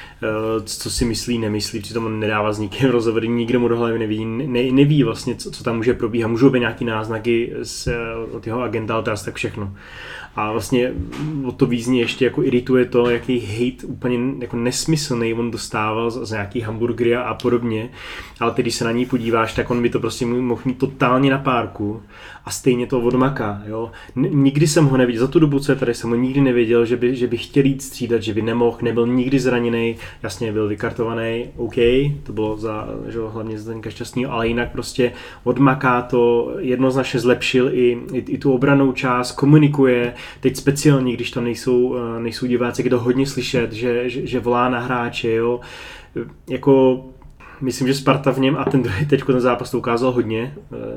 co si myslí, nemyslí, přitom on nedává s nikým rozhovory, nikdo mu do hlavy neví vlastně, co tam může probíhat, můžou být nějaký náznaky od jeho agenta, ale tak všechno. A vlastně o to víc mě ještě jako irituje to, jaký hate úplně jako nesmyslný on dostával z nějaký hamburgery a podobně, ale ty, když se na ní podíváš, tak on by to prostě mohl mít totálně na párku a stejně to odmaká, jo. Nikdy jsem ho neviděl, za tu dobu, co je tady, jsem ho nikdy nevěděl, že by chtěl jít střídat, že by nemohl, nebyl nikdy zraněný, jasně byl vykartovaný, OK, to bylo hlavně Zdeňka Šťastného, ale jinak prostě odmaká to, jednoznačně zlepšil i tu obrannou část, komunikuje, teď speciálně, když tam nejsou diváci, kdo hodně slyšet, že volá na hráče, jo, jako myslím, že Sparta v něm a ten druhý teď ten zápas to ukázal hodně,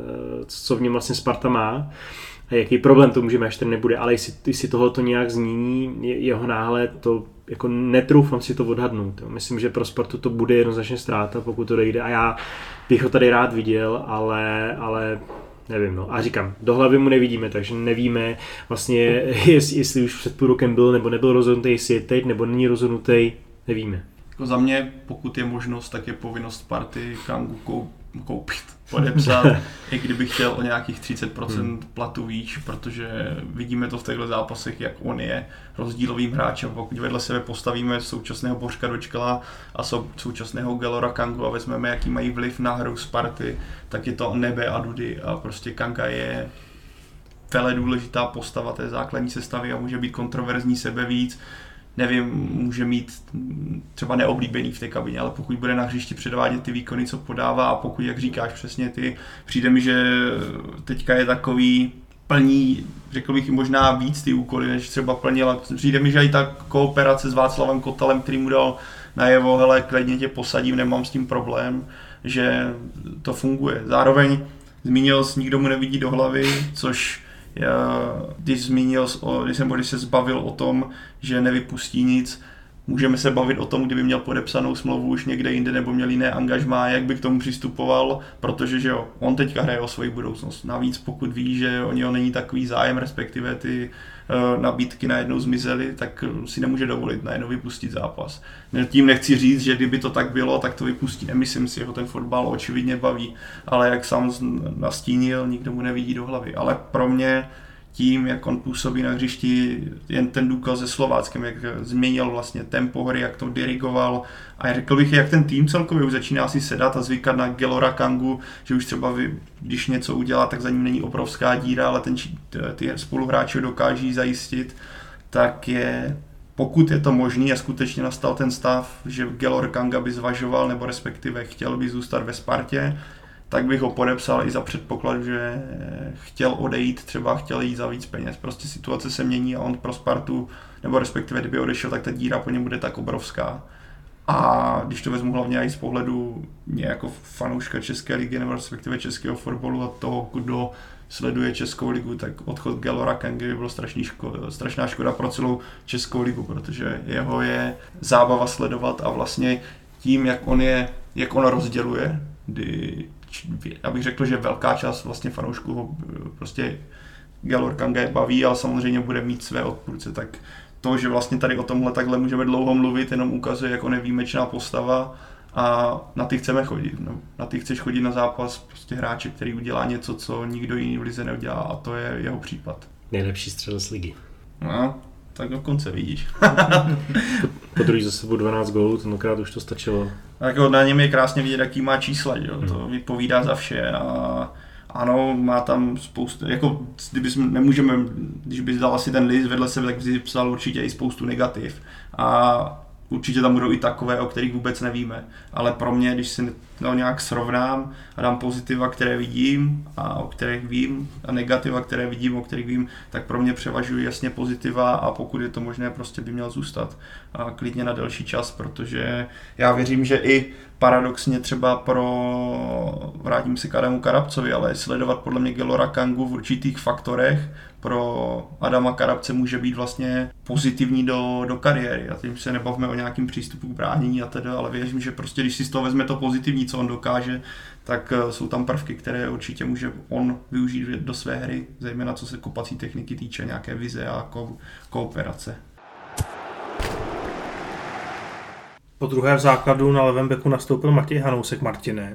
co v něm vlastně Sparta má a jaký problém to můžeme, až ten nebude, ale jestli tohle to nějak změní jeho náhled, to jako netroufám si to odhadnout. Jo. Myslím, že pro Spartu to bude jednoznačně ztráta, pokud to dojde a já bych ho tady rád viděl, ale nevím, no. A říkám, do hlavy mu nevidíme, takže nevíme vlastně, jestli už před půl rokem byl nebo nebyl rozhodnutý, jestli je teď nebo není rozhodnutý, nevíme. Jako za mě, pokud je možnost, tak je povinnost Sparty Kangu koupit, podepsat, i kdyby chtěl o nějakých 30% platu výš, protože vidíme to v těchto zápasech, jak on je rozdílovým hráčem. Pokud vedle sebe postavíme současného Bořka Dočkala a současného Gelora Kangu a vezmeme, jaký mají vliv na hru Sparty, tak je to nebe a dudy a prostě Kanga je vele důležitá postava té základní sestavy a může být kontroverzní sebevíc. Nevím, může mít třeba neoblíbený v té kabině, ale pokud bude na hřišti předvádět ty výkony, co podává a pokud, jak říkáš přesně ty, přijde mi, že teďka je takový plní, řekl bych možná víc ty úkoly, než třeba plnila. Přijde mi, že i ta kooperace s Václavem Kotalem, který mu dal najevo, hele, klidně tě posadím, nemám s tím problém, že to funguje. Zároveň zmínil jsi, nikdo mu nevidí do hlavy, což když se zbavil o tom, že nevypustí nic, můžeme se bavit o tom, kdyby měl podepsanou smlouvu už někde jinde nebo měl jiné angažmá, jak by k tomu přistupoval, protože že jo, on teďka hraje o svoji budoucnost. Navíc pokud ví, že o něho není takový zájem, respektive ty nabídky najednou zmizely, tak si nemůže dovolit najednou vypustit zápas. Tím nechci říct, že kdyby to tak bylo, tak to vypustí. Nemyslím si, ho ten fotbal očividně baví, ale jak sám nastínil, nikdo mu nevidí do hlavy. Ale pro mě tím, jak on působí na hřišti, jen ten důkaz se Slováckem, jak změnil vlastně tempo hry, jak to dirigoval a řekl bych, jak ten tým celkově už začíná si sedat a zvykat na Gelora Kangu, že už třeba když něco udělá, tak za ním není obrovská díra, ale ty spoluhráči dokáží zajistit, tak je, pokud je to možný a skutečně nastal ten stav, že Gelor Kanga by zvažoval nebo respektive chtěl by zůstat ve Spartě, tak bych ho podepsal i za předpokladu, že chtěl odejít, třeba chtěl jít za víc peněz. Prostě situace se mění a on pro Spartu, nebo respektive kdyby odešel, tak ta díra po něm bude tak obrovská. A když to vezmu hlavně i z pohledu mě jako fanouška České ligy, nebo respektive českého fotbalu a toho, kdo sleduje Českou ligu, tak odchod Gelora Kangy by bylo strašná škoda pro celou Českou ligu, protože jeho je zábava sledovat a vlastně tím, jak on rozděluje, abych řekl, že velká část vlastně fanoušků ho prostě Gelor Kanga baví, ale samozřejmě bude mít své odpůrce, tak to, že vlastně tady o tomhle takhle můžeme dlouho mluvit, jenom ukazuje, jak on je výjimečná postava a na ty chceme chodit. No. Na ty chceš chodit na zápas prostě hráče, který udělá něco, co nikdo jiný v lize neudělá a to je jeho případ. Nejlepší střelec ligy. No, tak dokonce vidíš. Po druhý za sebou 12 gólů, tentokrát už to stačilo. Tak na něm je krásně vidět, jaký má čísla, jo? To vypovídá za vše a ano, má tam spoustu, jako když bys dal asi ten list vedle sebe, tak bys psal určitě i spoustu negativ a určitě tam budou i takové, o kterých vůbec nevíme, ale pro mě, když si to nějak srovnám a dám pozitiva, které vidím a o kterých vím a negativa, které vidím, o kterých vím, tak pro mě převažují jasně pozitiva a pokud je to možné, prostě by měl zůstat a klidně na delší čas, protože já věřím, že i paradoxně třeba vrátím se k Adamu Karabcovi, ale sledovat podle mě Gelora Kangu v určitých faktorech pro Adama Karabce může být vlastně pozitivní do kariéry. A tím se nebavíme o nějakým přístupu k bránění a teda, ale věřím, že prostě když si z toho vezme to pozitivní, co on dokáže, tak jsou tam prvky, které určitě může on využít do své hry, zejména co se kopací techniky týče, nějaké vize a kooperace. Po druhé v základu na levém beku nastoupil Matěj Hanousek. Martine,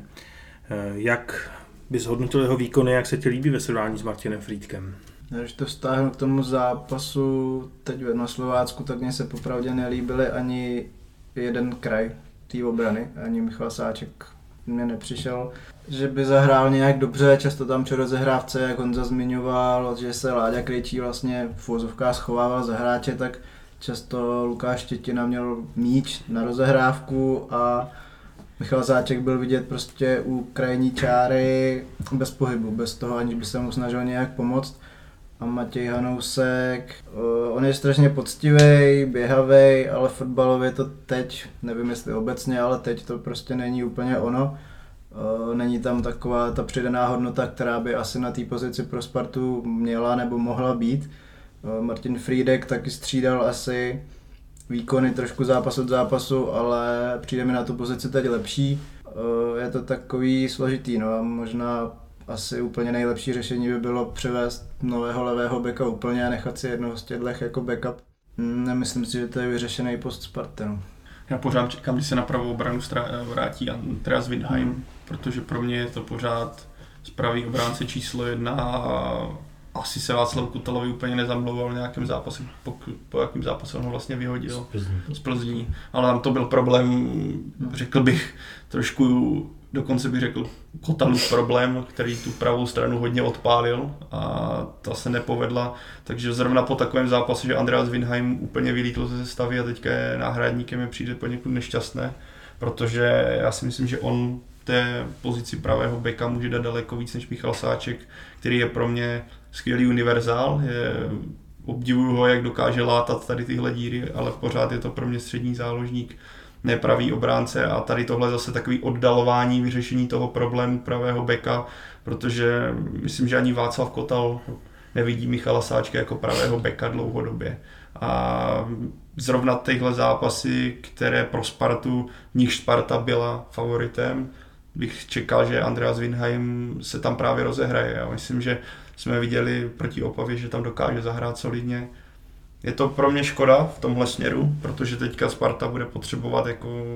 jak bys hodnotil jeho výkony, jak se ti líbí ve srovnání s Martinem Frýdkem? Když to vztáhnu k tomu zápasu teď na Slovácku, tak mně se popravdě nelíbily ani jeden kraj té obrany, ani Michal Sáček mě nepřišel, že by zahrál nějak dobře, často tam při rozehrávce, jak Honza zmiňoval, že se Láďa Krejčí vlastně v uvozovkách schovával za hráče, tak často Lukáš Štětina měl míč na rozehrávku a Michal Záček byl vidět prostě u krajní čáry bez pohybu, bez toho, aniž by se mu snažil nějak pomoct. A Matěj Hanousek, on je strašně poctivý, běhavý, ale fotbalově to teď, nevím jestli obecně, ale teď to prostě není úplně ono. Není tam taková ta přidaná hodnota, která by asi na té pozici pro Spartu měla nebo mohla být. Martin Frýdek taky střídal asi výkony trošku zápas od zápasu, ale přijde mi na tu pozici teď lepší. Je to takový složitý, no a možná asi úplně nejlepší řešení by bylo převést nového levého beka úplně a nechat si jednoho z těchto jako backup. Nemyslím si, že to je vyřešený post Sparty. No. Já pořád čekám, když se na pravou obranu vrátí Andreas Windheim, protože pro mě je to pořád pravý obránce číslo 1 a asi se Václav Kutalovi úplně nezamlouval v nějakém zápase, po jakým zápase on ho vlastně vyhodil z Plzní. Ale tam to byl problém, řekl bych, trošku, dokonce bych řekl, Kotalův problém, který tu pravou stranu hodně odpálil a ta se nepovedla. Takže zrovna po takovém zápase, že Andreas Windheim úplně vylítl ze sestavy a teďka je náhradníkem, mi přijde poněkud nešťastné, protože já si myslím, že on té pozici pravého beka může dát daleko víc než Michal Sáček, který je pro mě skvělý univerzál. Obdivuju ho, jak dokáže látat tady tyhle díry, ale pořád je to pro mě střední záložník, ne pravý obránce a tady tohle zase takový oddalování vyřešení toho problému pravého beka, protože myslím, že ani Václav Kotal nevidí Michala Sáčka jako pravého beka dlouhodobě. A zrovna tyhle zápasy, které pro Spartu, v nich Sparta byla favoritem, bych čekal, že Andreas Windheim se tam právě rozehraje. Já myslím, že jsme viděli proti Opavě, že tam dokáže zahrát solidně. Je to pro mě škoda v tomhle směru, protože teďka Sparta bude potřebovat jako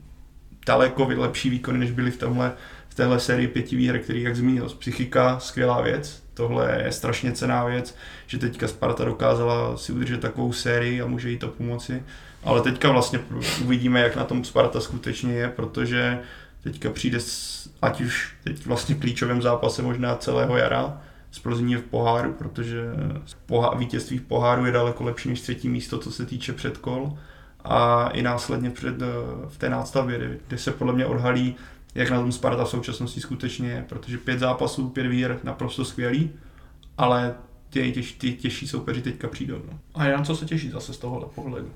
daleko lepší výkony, než byly v téhle sérii 5 výher, který, jak zmínil, psychika, skvělá věc, Tohle je strašně cenná věc, že teďka Sparta dokázala si udržet takovou sérii a může jí to pomoci. Ale teďka vlastně uvidíme, jak na tom Sparta skutečně je, protože teďka přijde ať už teď vlastně klíčovým zápasem možná celého jara z Plzní v poháru, protože vítězství v poháru je daleko lepší než 3. místo, co se týče předkol. A i následně v té nástavbě, kde se podle mě odhalí, jak na tom Sparta v současnosti skutečně je, protože 5 zápasů, 5 výher, naprosto skvělý, ale ty těžší soupeři teďka přijdou. No. A Jan, co se těší zase z tohohle pohledu?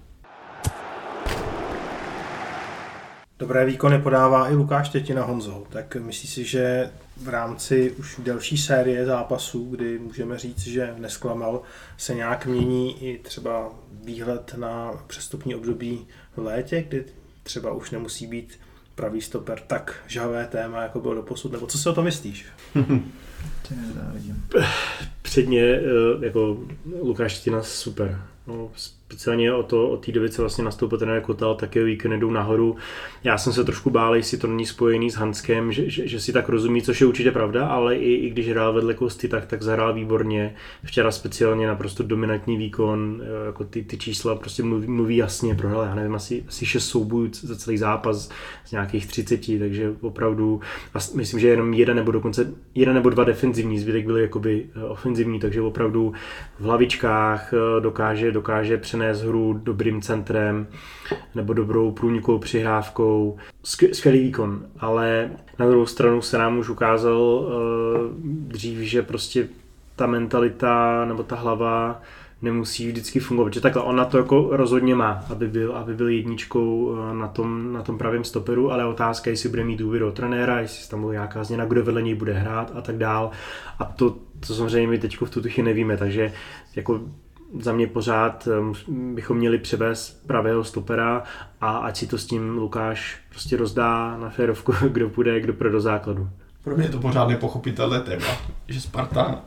Dobré výkony podává i Lukáš Štětina, Honzo. Tak myslíš si, že v rámci už delší série zápasů, kdy můžeme říct, že nesklamal, se nějak mění i třeba výhled na přestupní období v létě, kdy třeba už nemusí být pravý stoper tak žhavé téma, jako bylo doposud, nebo co si o to myslíš? Předně jako Lukáš Štětina super. No, speciálně o té doby, co vlastně nastoupil trenér Kotal, tak jeho výkony jdou nahoru. Já jsem se trošku bál, jestli to není spojený s Hanskem, že si tak rozumí, což je určitě pravda, ale i když hrál vedle Kosty, tak zahrál výborně. Včera speciálně naprosto dominantní výkon, jako ty čísla prostě mluví jasně, prohrál, já nevím, asi 6 soubojů za celý zápas z nějakých 30, takže opravdu myslím, že jenom jeden nebo dva defenzivní, zbytek byly jakoby ofenzivní, takže opravdu v hlavičkách dokáže přenést hru dobrým centrem nebo dobrou průnikovou přihrávkou. Skvělý výkon, ale na druhou stranu se nám už ukázal dřív, že prostě ta mentalita nebo ta hlava nemusí vždycky fungovat. Že takhle on na to jako rozhodně má, aby byl jedničkou na tom pravém stoperu, ale otázka, jestli bude mít důvěru od trenéra, jestli tam bude nějaká změna, kdo vedle něj bude hrát a tak dál. A to samozřejmě my teď v tuto chvíli nevíme, takže jako za mě pořád bychom měli převést pravého stopera a ať si to s tím Lukáš prostě rozdá na férovku, kdo půjde do základu. Pro mě je to pořád nepochopitelné téma, že Sparta,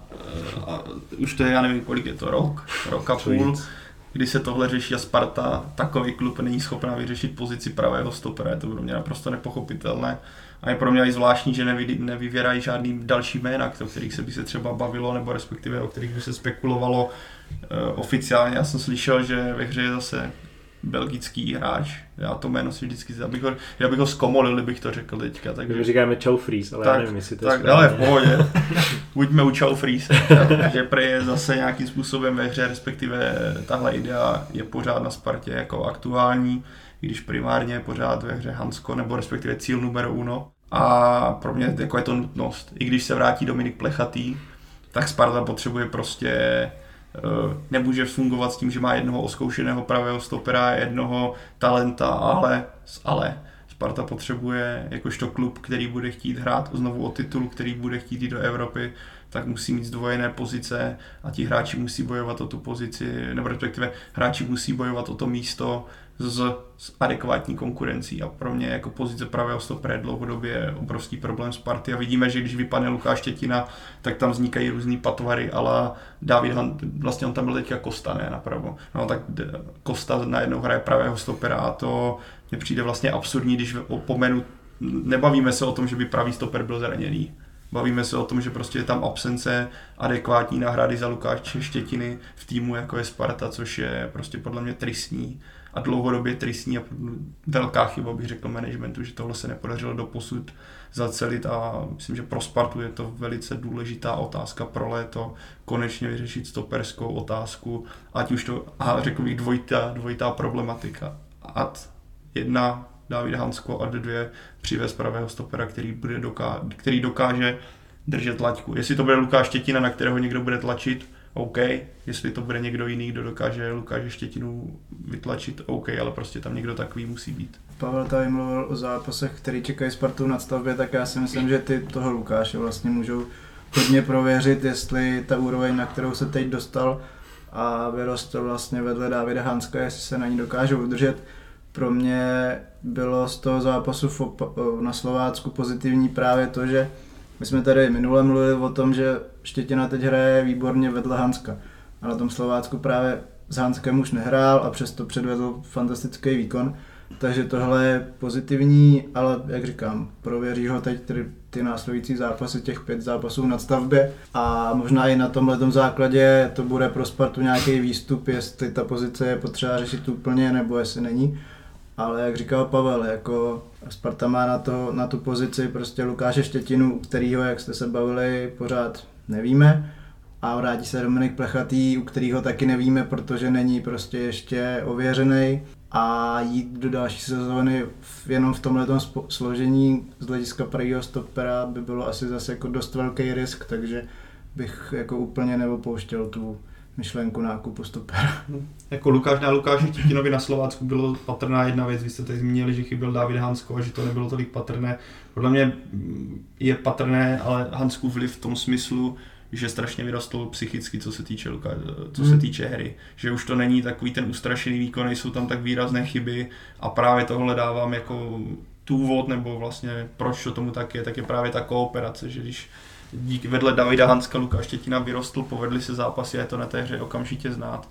už to je, já nevím, kolik je to, rok a půl, kdy se tohle řeší a Sparta, takový klub, není schopná vyřešit pozici pravého stopera, je to pro mě naprosto nepochopitelné. A je pro mě i zvláštní, že nevyvěrají žádný další jména, o kterých by se třeba bavilo, nebo respektive o kterých by se spekulovalo oficiálně. Já jsem slyšel, že ve hře je zase belgický hráč, já to jméno si vždycky, já bych ho zkomolil, kdybych to řekl teďka. Takže my říkáme Čaufries, ale tak, já nevím, jestli to je správně. Ale v pohodě, buďme u Čaufriese, že prý je zase nějakým způsobem ve hře, respektive tahle idea je pořád na Spartě jako aktuální, i když primárně je pořád ve hře Hansko, nebo respektive cíl numero 1. A pro mě jako je to nutnost. I když se vrátí Dominik Plechatý, tak Sparta potřebuje prostě, nemůže fungovat s tím, že má jednoho oskoušeného pravého stopera, jednoho talenta, ale Sparta potřebuje jakožto klub, který bude chtít hrát znovu o titul, který bude chtít jít do Evropy, tak musí mít zdvojené pozice a ti hráči musí bojovat o tu pozici, nebo respektive hráči musí bojovat o to místo s adekvátní konkurencí a pro mě jako pozice pravého stopera je dlouhodobě obrovský problém Sparty a vidíme, že když vypadne Lukáš Štětina, tak tam vznikají různý patvary ala David vlastně on tam byl teďka Kosta, ne napravo. No tak Kosta najednou hraje pravého stopera a to mně přijde vlastně absurdní, když opomenu, nebavíme se o tom, že by pravý stoper byl zraněný. Bavíme se o tom, že prostě je tam absence adekvátní náhrady za Lukáše Štětiny v týmu, jako je Sparta, což je prostě podle mě tristní a dlouhodobě tristní a velká chyba, bych řekl, managementu, že tohle se nepodařilo doposud zacelit a myslím, že pro Spartu je to velice důležitá otázka pro léto, konečně vyřešit stoperskou otázku, ať už to, a řekl bych dvojitá problematika. Ad 1 David Hansko a 2 přivez pravého stopera, který dokáže držet laťku. Jestli to bude Lukáš Štětina, na kterého někdo bude tlačit, OK. Jestli to bude někdo jiný, kdo dokáže Lukáše Štětinu vytlačit, OK, ale prostě tam někdo takový musí být. Pavel tady mluvil o zápasech, který čekají Spartu na stavbě, tak já si myslím, že ty toho Lukáše vlastně můžou hodně prověřit, jestli ta úroveň, na kterou se teď dostal a vyrostl vlastně vedle Davida Hanska, jestli se na ní dokážou udržet. Pro mě bylo z toho zápasu na Slovácku pozitivní právě to, že my jsme tady minule mluvili o tom, že Štětina teď hraje výborně vedle Hanska. A na tom Slovácku právě s Hanskem už nehrál a přesto předvedl fantastický výkon. Takže tohle je pozitivní, ale jak říkám, prověří ho teď ty následující zápasy, těch 5 zápasů na stavbě a možná i na tomhletom základě to bude pro Spartu nějaký výstup, jestli ta pozice je potřeba řešit úplně nebo jestli není. Ale jak říkal Pavel, jako Sparta má na tu pozici prostě Lukáše Štětinu, kterýho, jak jste se bavili, pořád nevíme. A vrátí se Dominik Plechatý, u kterého taky nevíme, protože není prostě ještě ověřený. A jít do další sezóny jenom v tomhletom složení z hlediska prvního stopera by bylo asi zase jako dost velký risk, takže bych jako úplně neopouštěl tu myšlenku nákupu stopera. Jako Lukáši Štětinovi na Slovácku bylo patrná jedna věc, vy jste tady zmínili, že chyběl David Hansko a že to nebylo tolik patrné. Podle mě je patrné, ale Hanskův vliv v tom smyslu, že strašně vyrostl psychicky, co se týče hry. Že už to není takový ten ustrašený výkon, nejsou tam tak výrazné chyby a právě tohle dávám jako důvod, nebo vlastně proč to tomu tak je právě ta kooperace, že když díky vedle Davida Hanska Lukáš Štětina vyrostl, povedly se zápasy a je to na té hře okamžitě znát.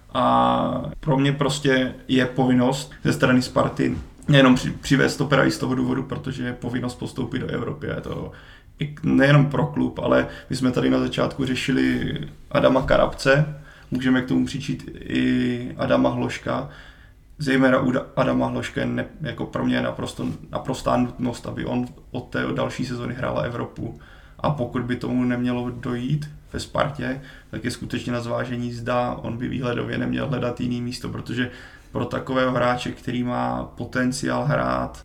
A pro mě prostě je povinnost ze strany Sparty nejenom přivést stopera i z toho důvodu, protože je povinnost postoupit do Evropy. Je to nejenom pro klub, ale my jsme tady na začátku řešili Adama Karabce, můžeme k tomu přičít i Adama Hloška. Zejména u Adama Hloška je jako pro mě naprostá nutnost, aby on od té další sezony hrál Evropu. A pokud by tomu nemělo dojít ve Spartě, tak je skutečně na zvážení, zda on by výhledově neměl hledat jiný místo, protože pro takového hráče, který má potenciál hrát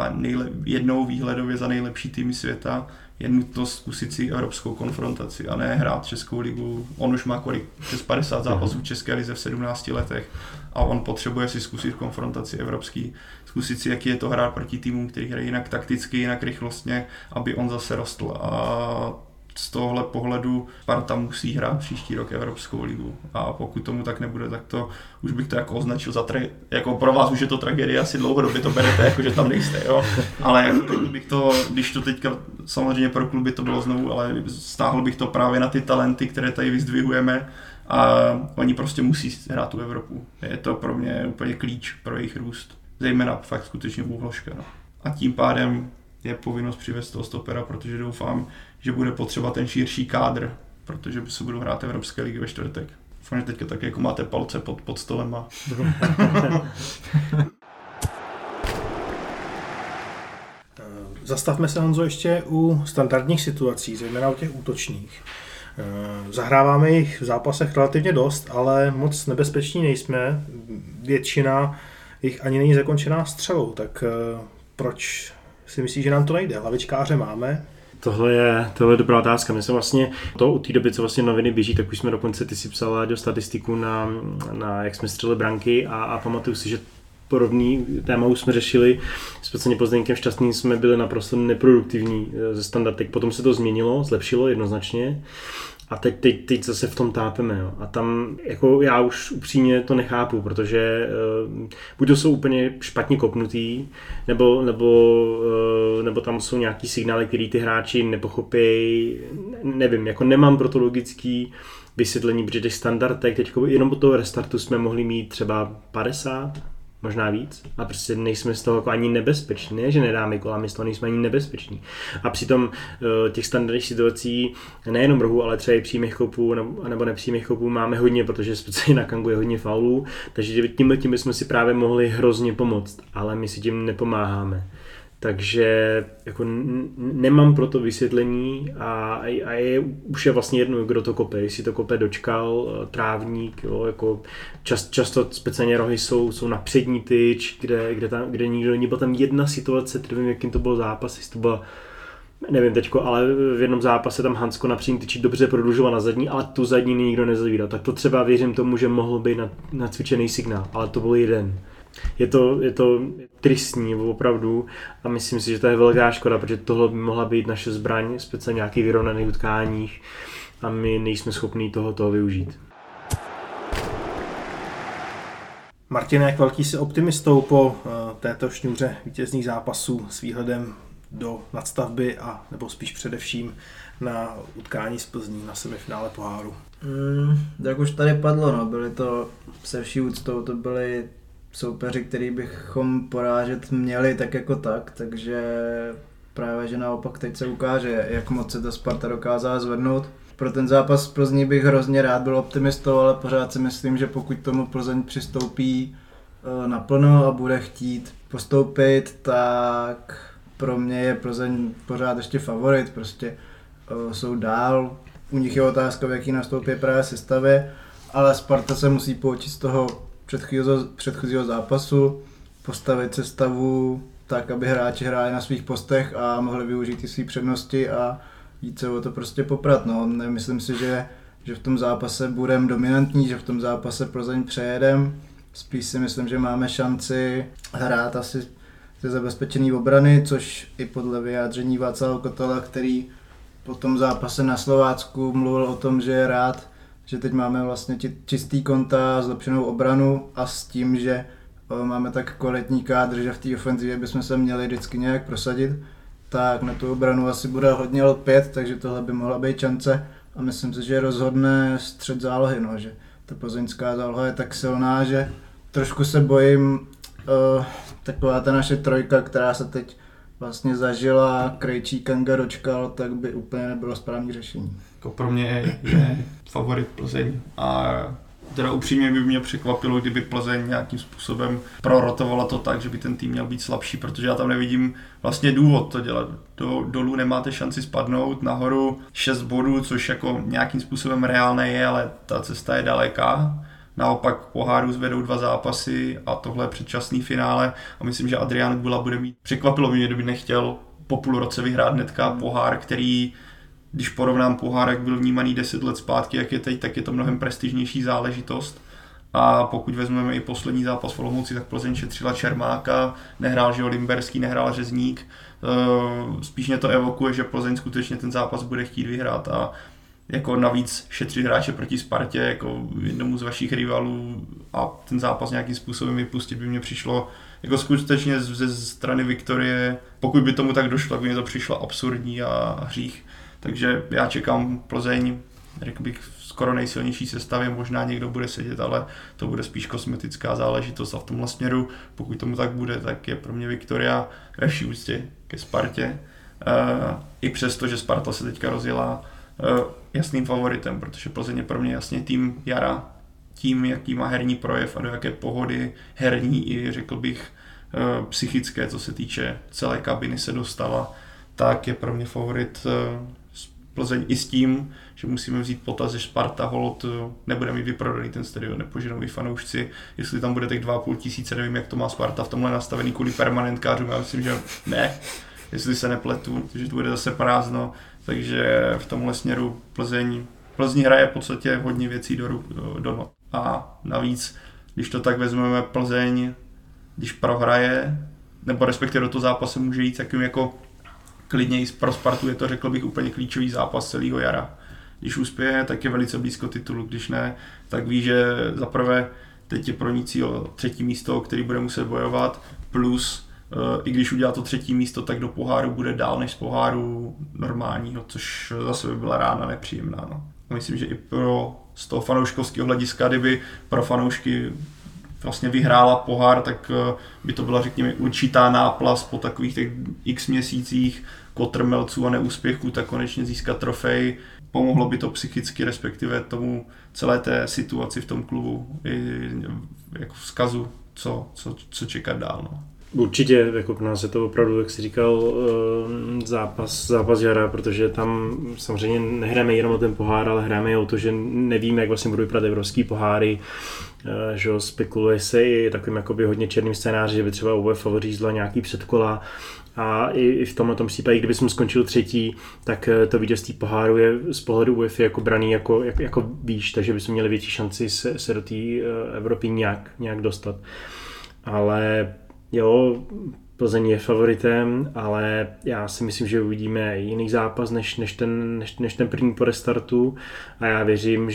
jednou výhledově za nejlepší týmy světa, je nutnost zkusit si evropskou konfrontaci a ne hrát Českou ligu. On už má přes 50 zápasů v České lize v 17 letech a on potřebuje si zkusit konfrontaci evropský, zkusit si, jaký je to hrát proti týmům, který hrají jinak takticky, jinak rychlostně, aby on zase rostl. A z tohohle pohledu Sparta musí hrát příští rok Evropskou ligu. A pokud tomu tak nebude, tak to už bych to jako označil za jako pro vás už je to tragédie, asi dlouhodobě to berete, jako že tam nejste, jo. Ale jako bych to, když to teďka samozřejmě pro kluby to bylo znovu, ale stáhl bych to právě na ty talenty, které tady vyzdvihujeme a oni prostě musí hrát tu Evropu. Je to pro mě úplně klíč pro jejich růst. Zejména fakt skutečně u Hloška. No. A tím pádem je povinnost přivést toho stopera, protože doufám, že bude potřeba ten širší kádr, protože se budou hrát Evropské ligy ve čtvrtek. Doufám, že teďka tak jako máte palce pod stolem a... Zastavme se, Honzo, ještě u standardních situací, zejména u těch útočných. Zahráváme jich v zápasech relativně dost, ale moc nebezpeční nejsme. Většina jich ani není zakončená střelou, tak proč si myslíš, že nám to nejde? Hlavičkáře máme. Tohle je dobrá otázka. My se vlastně u té doby, co vlastně noviny běží, tak už jsme dokonce, ty si psala do statistiku na jak jsme střelili branky a pamatuju si, že podobný téma už jsme řešili. Speciálně po Zdeňkem Šťastným jsme byli naprosto neproduktivní ze standardek. Potom se to změnilo, zlepšilo jednoznačně. A teď zase v tom tápeme. Jo. A tam jako já už upřímně to nechápu, protože buď to jsou úplně špatně kopnutý, nebo tam jsou nějaký signály, který ty hráči nepochopí. Nevím, jako nemám pro to logický vysvětlení, protože těch standardek teď jenom po toho restartu jsme mohli mít třeba 50, možná víc, a prostě nejsme z toho jako ani nebezpeční, ne, že nedáme kola, my z toho nejsme ani nebezpeční. A přitom těch standardních situací nejenom rohu, ale třeba i přímých kopů nebo nepřímých kopů máme hodně, protože speciálně na Kangu je hodně faulů, takže tím bychom si právě mohli hrozně pomoct, ale my si tím nepomáháme. Takže jako nemám pro to vysvětlení a už je vlastně jedno, kdo to kope, jestli to kope Dočkal, Trávník, jo, jako často speciálně rohy jsou na přední tyč, kde nikdo nebyl tam jedna situace, nevím, jakým to byl zápas, jestli to byla, nevím teďko, ale v jednom zápase tam Hansko na přední tyči dobře prodlužoval na zadní, ale tu zadní nikdo nezavíral, tak to třeba věřím tomu, že mohl být nacvičený signál, ale to byl jeden. Je to tristní opravdu a myslím si, že to je velká škoda, protože tohle by mohla být naše zbraň, speciálně nějakých vyrovnaných utkáních a my nejsme schopní toho využít. Martin, jak velký jsi optimistou po této šňůře vítězných zápasů s výhledem do nadstavby a nebo spíš především na utkání s Plzní na semifinále poháru? Jak už tady padlo, no, byly to se vší úctou, to byly soupeři, který bychom porážet měli tak jako tak, takže právě, že naopak teď se ukáže, jak moc se ta Sparta dokázala zvednout. Pro ten zápas v Plzni bych hrozně rád byl optimistou, ale pořád si myslím, že pokud tomu Plzeň přistoupí naplno a bude chtít postoupit, tak pro mě je Plzeň pořád ještě favorit, prostě jsou dál, u nich je otázka, v jaký nastoupí právě sestavě, ale Sparta se musí poučit z toho předchozího zápasu, postavit sestavu tak, aby hráči hráli na svých postech a mohli využít ty své přednosti a jít se o to prostě poprat. No. Nemyslím si, že v tom zápase budeme dominantní, že v tom zápase Plzeň přejedem. Spíš si myslím, že máme šanci hrát asi ze zabezpečený obrany, což i podle vyjádření Václava Kotala, který po tom zápase na Slovácku mluvil o tom, že je rád, že teď máme vlastně čistý konta, zlepšenou obranu a s tím, že máme tak kvalitní kádr, že v té ofenzivě bychom se měli vždycky nějak prosadit, tak na tu obranu asi bude hodně lpět, takže tohle by mohla být šance a myslím si, že rozhodne střed zálohy, no, že ta plzeňská záloha je tak silná, že trošku se bojím taková ta naše trojka, která se teď vlastně zažila, Krejčí, Kanga dočkal, tak by úplně nebylo správné řešení. Jako pro mě je favorit Plzeň a teda upřímně by mě překvapilo, kdyby Plzeň nějakým způsobem prorotovala to tak, že by ten tým měl být slabší, protože já tam nevidím vlastně důvod to dělat. Dolů nemáte šanci spadnout, nahoru 6 bodů, což jako nějakým způsobem reálné je, ale ta cesta je daleká. Naopak poháru zvedou 2 zápasy a tohle je předčasný finále a myslím, že Adrián Gula bude mít. Překvapilo by mě, kdyby nechtěl po půl roce vyhrát hnedka pohár, který, když porovnám pohár, jak byl vnímaný 10 let zpátky, jak je teď, tak je to mnohem prestižnější záležitost. A pokud vezmeme i poslední zápas v Olomouci, tak Plzeň šetřila Čermáka, nehrál že Limberský, nehrál Řezník. Spíš mě to evokuje, že Plzeň skutečně ten zápas bude chtít vyhrát a jako navíc šetřit hráče proti Spartě, jako jednomu z vašich rivalů a ten zápas nějakým způsobem vypustit by mě přišlo jako skutečně ze strany Viktorie, pokud by tomu tak došlo, tak by mě to přišlo absurdní a hřích. Takže já čekám Plzeň, řekl bych, skoro nejsilnější sestavě, možná někdo bude sedět, ale to bude spíš kosmetická záležitost a v tomhle směru, pokud tomu tak bude, tak je pro mě Viktoria ve vší úctě ke Spartě. I přesto, že Sparta se teďka rozjela jasným favoritem, protože Plzeň je pro mě jasně tým jara, tím, jaký má herní projev a do jaké pohody herní i řekl bych psychické, co se týče celé kabiny se dostala, tak je pro mě favorit Plzeň i s tím, že musíme vzít potaz, že Sparta hold nebude mít vyprodaný ten stadion, nepoženou i fanoušci, jestli tam bude tak 2,5 tisíce, nevím, jak to má Sparta v tomhle nastavený kvůli permanentkářům, já myslím, že ne, jestli se nepletu, že to bude zase prázdno, takže v tomhle směru Plzeň hraje v podstatě hodně věcí do not. A navíc, když to tak vezmeme, Plzeň, když prohraje, nebo respektive do toho zápasu může jít takovým jako klidně i pro Spartu, je to řekl bych úplně klíčový zápas celého jara. Když uspěje, tak je velice blízko titulu, když ne, tak ví, že zaprvé teď je pro ní cíl 3. místo, který bude muset bojovat, plus i když udělá to 3. místo, tak do poháru bude dál než z poháru normálního, což zase by byla rána nepříjemná. No. Myslím, že i z toho fanouškovského hlediska, kdyby pro fanoušky vlastně vyhrála pohár, tak by to byla, řekněme, určitá náplast po takových těch x měsících kotrmelců a neúspěchů, tak konečně získat trofej. Pomohlo by to psychicky, respektive tomu celé té situaci v tom klubu, i jako vzkazu, co čekat dál. No. Určitě, jako pro nás je to opravdu, jak jsi říkal, zápas jara, protože tam samozřejmě nehráme jenom o ten pohár, ale hráme i o to, že nevíme, jak vlastně budou vypadat evropský poháry, že spekuluje se i takovým jakoby hodně černým scénáři, že by třeba UEFA vyřízla nějaký předkola a i v tomhle případě, kdybychom skončil 3., tak to vítězství poháru je z pohledu UEFA jako braný jako výš, takže bychom měli větší šanci se do té Evropy nějak dostat. Ale jo, Plzeň je favoritem, ale já si myslím, že uvidíme jiný zápas než ten první po restartu a já věřím,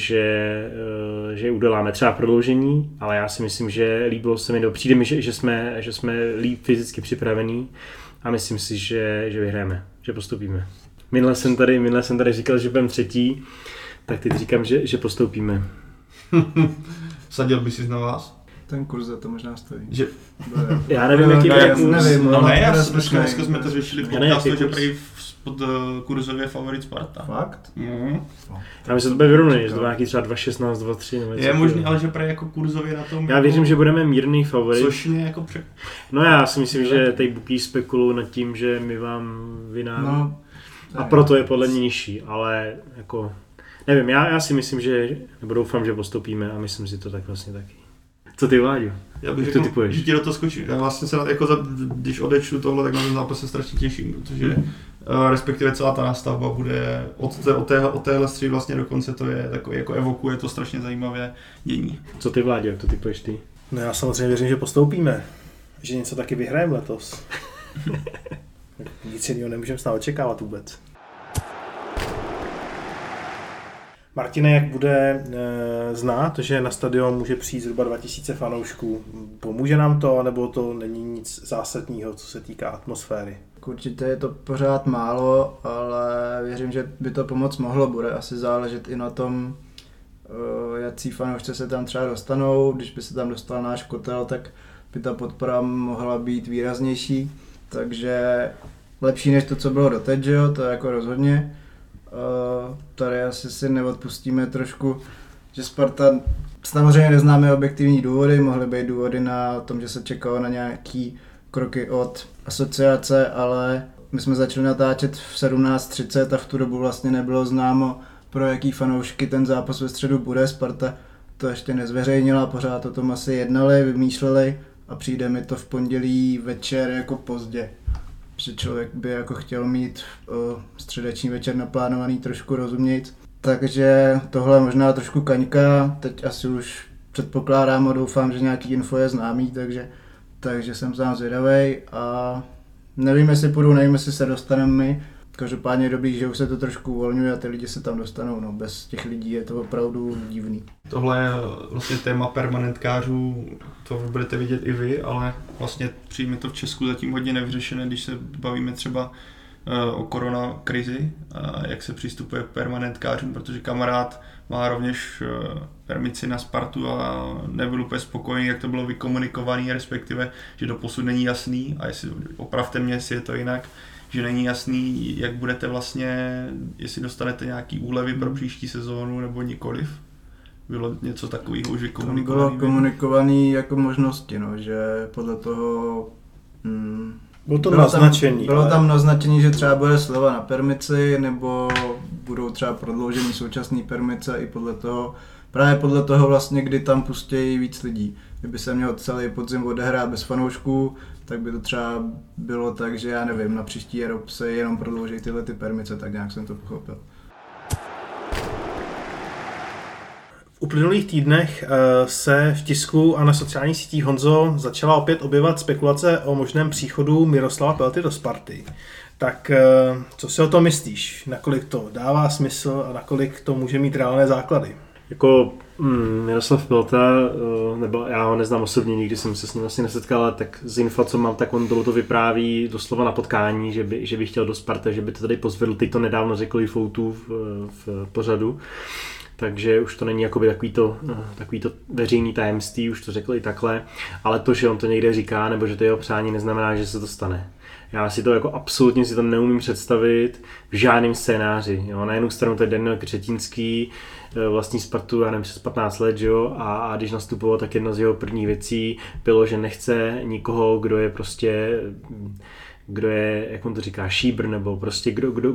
že uděláme třeba prodloužení, ale já si myslím, že líbilo se mi, přijde mi, že jsme líp fyzicky připravení a myslím si, že vyhráme, že postupíme. Minule jsem tady říkal, že budeme 3., tak teď říkám, že postoupíme. Sadil by si na vás? Ten kurz za to možná stojí. Že... Já nevím, jaký já kurz. nevím, No ne, dneska jsme to řešili v podcastu, že prý pod kurzově favorit Sparta. Fakt? Mhm. Já myslím, že to bude vyrovnaný, že to bude nějaký třeba 2,16, 2,3 nebo něco. Je možný, ale že prý jako kurzově na tom... Já věřím, že budeme mírný favorit. Což mě jako No já si myslím, že tady bookies spekulují nad tím, že my vám vynám. No, A proto je podle mě nižší, ale jako... Nevím, já si myslím, že... Nebo doufám, že postoupíme a myslím si to tak vlastně taky. Co ty, Vláďo? Já bych Jak to řekl, typuješ? že ti do toho skočím. Já vlastně se když odečtu tohle, tak na ten zápas se strašně těším, protože respektive celá ta nástavba bude od téhle středy vlastně do konce, to je takový, jako evokuje to strašně zajímavé dění. Co ty, Vláďo, jak to typuješ ty? No já samozřejmě věřím, že postoupíme. Že něco taky vyhrajeme letos. Nic jiného nemůžeme snad očekávat vůbec. Martine, jak bude znát, že na stadion může přijít zhruba 2000 fanoušků? Pomůže nám to, nebo to není nic zásadního, co se týká atmosféry? určitě je to pořád málo, ale věřím, že by to pomoct mohlo. Bude asi záležet i na tom, jací fanoušci se tam třeba dostanou. Když by se tam dostal náš kotel, tak by ta podpora mohla být výraznější. Takže lepší než to, co bylo doteď, že jo? To je jako rozhodně. Tady asi si neodpustíme trošku, že Sparta, samozřejmě neznáme objektivní důvody, mohly být důvody na tom, že se čekalo na nějaký kroky od asociace, ale my jsme začali natáčet v 17:30 a v tu dobu vlastně nebylo známo, pro jaký fanoušky ten zápas ve středu bude. Sparta to ještě nezveřejnila, pořád o tom asi jednali, vymýšleli a přijde mi to v pondělí večer jako pozdě. Že člověk by jako chtěl mít středeční večer naplánovaný trošku rozumějc. Takže tohle možná trošku kaňka, teď asi už předpokládám a doufám, že nějaký info je známý, takže jsem sám zvědavej a nevím, jestli půjdu, nevím, jestli se dostaneme my. Každopádně je dobrý, že už se to trošku uvolňuje a ty lidi se tam dostanou, no bez těch lidí je to opravdu divný. Tohle je vlastně téma permanentkářů, to budete vidět i vy, ale vlastně přijme to v Česku zatím hodně nevyřešené, když se bavíme třeba o koronakrizi a jak se přistupuje k permanentkářům, protože kamarád má rovněž permici na Spartu a nebyl úplně spokojený, jak to bylo vykomunikované, respektive, že doposud není jasný a jestli opravte mě, jestli je to jinak, že není jasný, jak budete vlastně, jestli dostanete nějaký úlevy pro příští sezónu nebo nikoliv. Bylo něco takového už vykomunikované? Bylo komunikované jako možnosti, no, že podle toho... Bylo to naznačení. Bylo tam naznačení, že třeba bude sleva na permici, nebo budou třeba prodloužení současné permice i podle toho, právě podle toho vlastně, kdy tam pustějí víc lidí. Kdyby se měl celý podzim odehrát bez fanoušků, tak by to třeba bylo tak, že já nevím, na příští rok se jenom prodlouží tyhle ty permice, tak nějak jsem to pochopil. V uplynulých týdnech se v tisku a na sociálních sítích, Honzo, začala opět objevovat spekulace o možném příchodu Miroslava Pelty do Sparty. Tak co si o tom myslíš? Nakolik to dává smysl a nakolik to může mít reálné základy? Jako Miroslav Pelta, nebo já ho neznám osobně, nikdy jsem se s ním vlastně nesetkal, ale tak z info, co mám, tak on to vypráví doslova na potkání, že by chtěl do Sparty, že by to tady pozvedl. Teď to nedávno řekl i Foutu v pořadu. Takže už to není jakoby takový to veřejný tajemství, už to řekl i takhle, ale to, že on to někde říká, nebo že to jeho přání, neznamená, že se to stane. Já si to jako absolutně si to neumím představit v žádném scénáři. Jo. Na jednu stranu to je Daniel Křetínský, vlastní Spartu, já nevím, přes 15 let, jo, a když nastupoval, tak jedna z jeho prvních věcí bylo, že nechce nikoho, kdo je, jak on to říká, šíbr, nebo prostě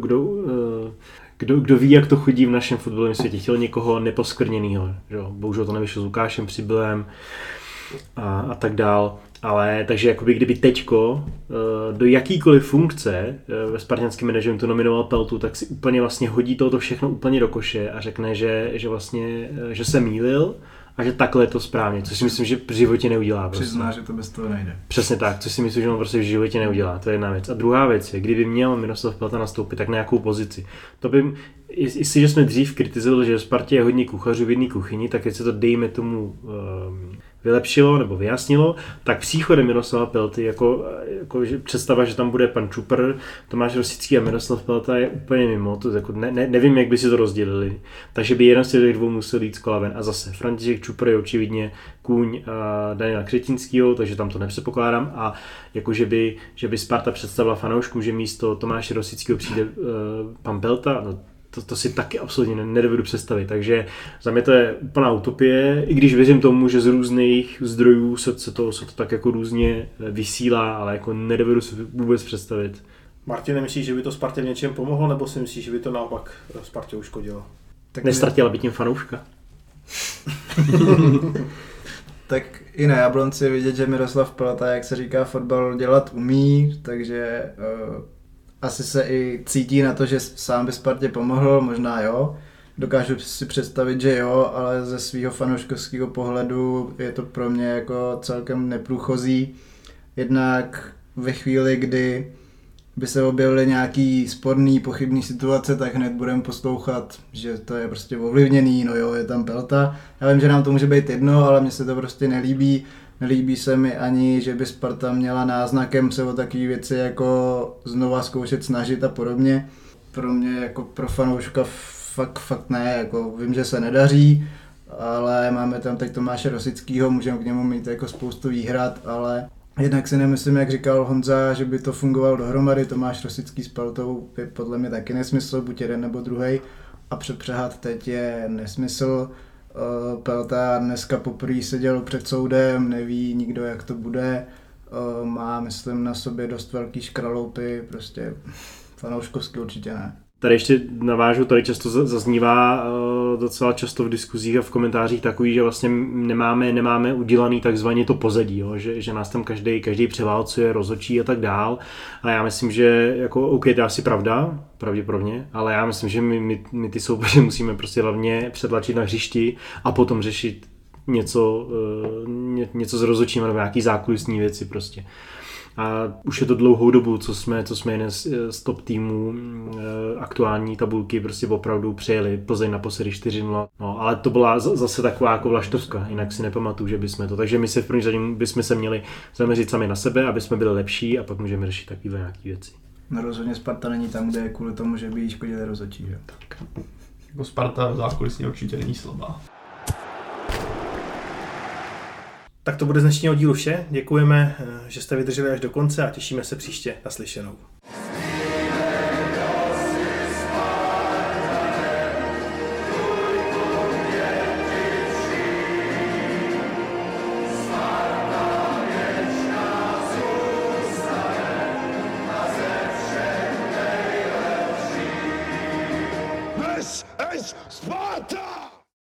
kdo ví, jak to chodí v našem fotbalovém světě. Chtěl někoho neposkvrněnýho. Bohužel to nevyšlo s Lukášem Přibylem a tak dál. Ale takže jakoby kdyby teďko do jakýkoliv funkce ve spartanském managementu nominoval Peltu, tak si úplně vlastně hodí toto všechno úplně do koše a řekne, že se mýlil a že takhle je to správně, což si myslím, že v životě neudělá. Přizná, že to bez toho nejde. Přesně tak, což si myslím, že on prostě v životě neudělá, to je jedna věc. A druhá věc je, kdyby měl Miroslav Pelta nastoupit, tak na jakou pozici. To by, jestliže jsme dřív kritizovali, že v Spartě je hodně kuchařů v jedné kuchyni, tak jestli to dejme tomu vylepšilo nebo vyjasnilo, tak příchodem Miroslava Pelty, jako že představa, že tam bude pan Čupr, Tomáš Rosický a Miroslav Pelta je úplně mimo, to jako nevím, jak by si to rozdělili, takže by jeden z těch dvou musel jít z kola ven. A zase František Čupr je očividně kůň Daniela Křetínského, takže tam to nepředpokládám a jako že by Sparta představila fanouškům, že místo Tomáše Rosického přijde pan Pelta, no, to si taky absolutně nedovedu představit, takže za mě to je úplná utopie, i když věřím tomu, že z různých zdrojů se to tak jako různě vysílá, ale jako nedovedu si vůbec představit. Martin, nemyslíš, že by to Spartě v něčem pomohlo, nebo si myslíš, že by to naopak Spartě uškodilo? Nestratila by tím fanouška? Tak i na Jablonci vidět, že Miroslav Pelta, jak se říká, fotbal dělat umí, takže asi se i cítí na to, že sám by Spartě pomohl, možná jo. Dokážu si představit, že jo, ale ze svého fanouškovského pohledu je to pro mě jako celkem neprůchozí. Jednak ve chvíli, kdy by se objevily nějaký sporný, pochybný situace, tak hned budeme poslouchat, že to je prostě ovlivněný, no jo, je tam Pelta. Já vím, že nám to může být jedno, ale mně se to prostě nelíbí. Nelíbí se mi ani, že by Sparta měla náznakem se o takové věci jako znova zkoušet snažit a podobně. Pro mě jako pro fanouška fakt ne, jako vím, že se nedaří, ale máme tam teď Tomáše Rosickýho, můžeme k němu mít jako spoustu výhrad, ale jednak si nemyslím, jak říkal Honza, že by to fungovalo dohromady. Tomáš Rosický s Peltou je podle mě taky nesmysl, buď jeden nebo druhej, a přepřehat teď je nesmysl. Pelta dneska poprvé seděl před soudem, neví nikdo, jak to bude, má, myslím, na sobě dost velký škraloupy, prostě fanouškovsky určitě ne. Tady ještě navážu, tady často zaznívá docela často v diskuzích a v komentářích takový, že vlastně nemáme udělaný takzvaně to pozadí, jo? Že nás tam každý převálcuje, rozhodčí a tak dál. A já myslím, že jako OK, to je asi pravděpodobně, ale já myslím, že my ty soupeře musíme prostě hlavně přetlačit na hřišti a potom řešit něco s rozhodčím nebo nějaký zákulisní věci prostě. A už je to dlouhou dobu, co jsme jeden z top týmů aktuální tabulky prostě opravdu přejeli Plzeň naposledy 4-0. No, ale to byla zase taková jako vlaštovka, jinak si nepamatuju, že bychom to. Takže my se v první řadě bychom se měli zaměřit sami na sebe, aby jsme byli lepší a pak můžeme řešit takovéhle nějaké věci. No rozhodně Sparta není tam, kde je kvůli tomu, že by jí škodili rozhodčí, že? Tak. Jako Sparta zákulisně určitě není slabá. Tak to bude z dnešního dílu vše. Děkujeme, že jste vydrželi až do konce a těšíme se příště naslyšenou. This is Sparta!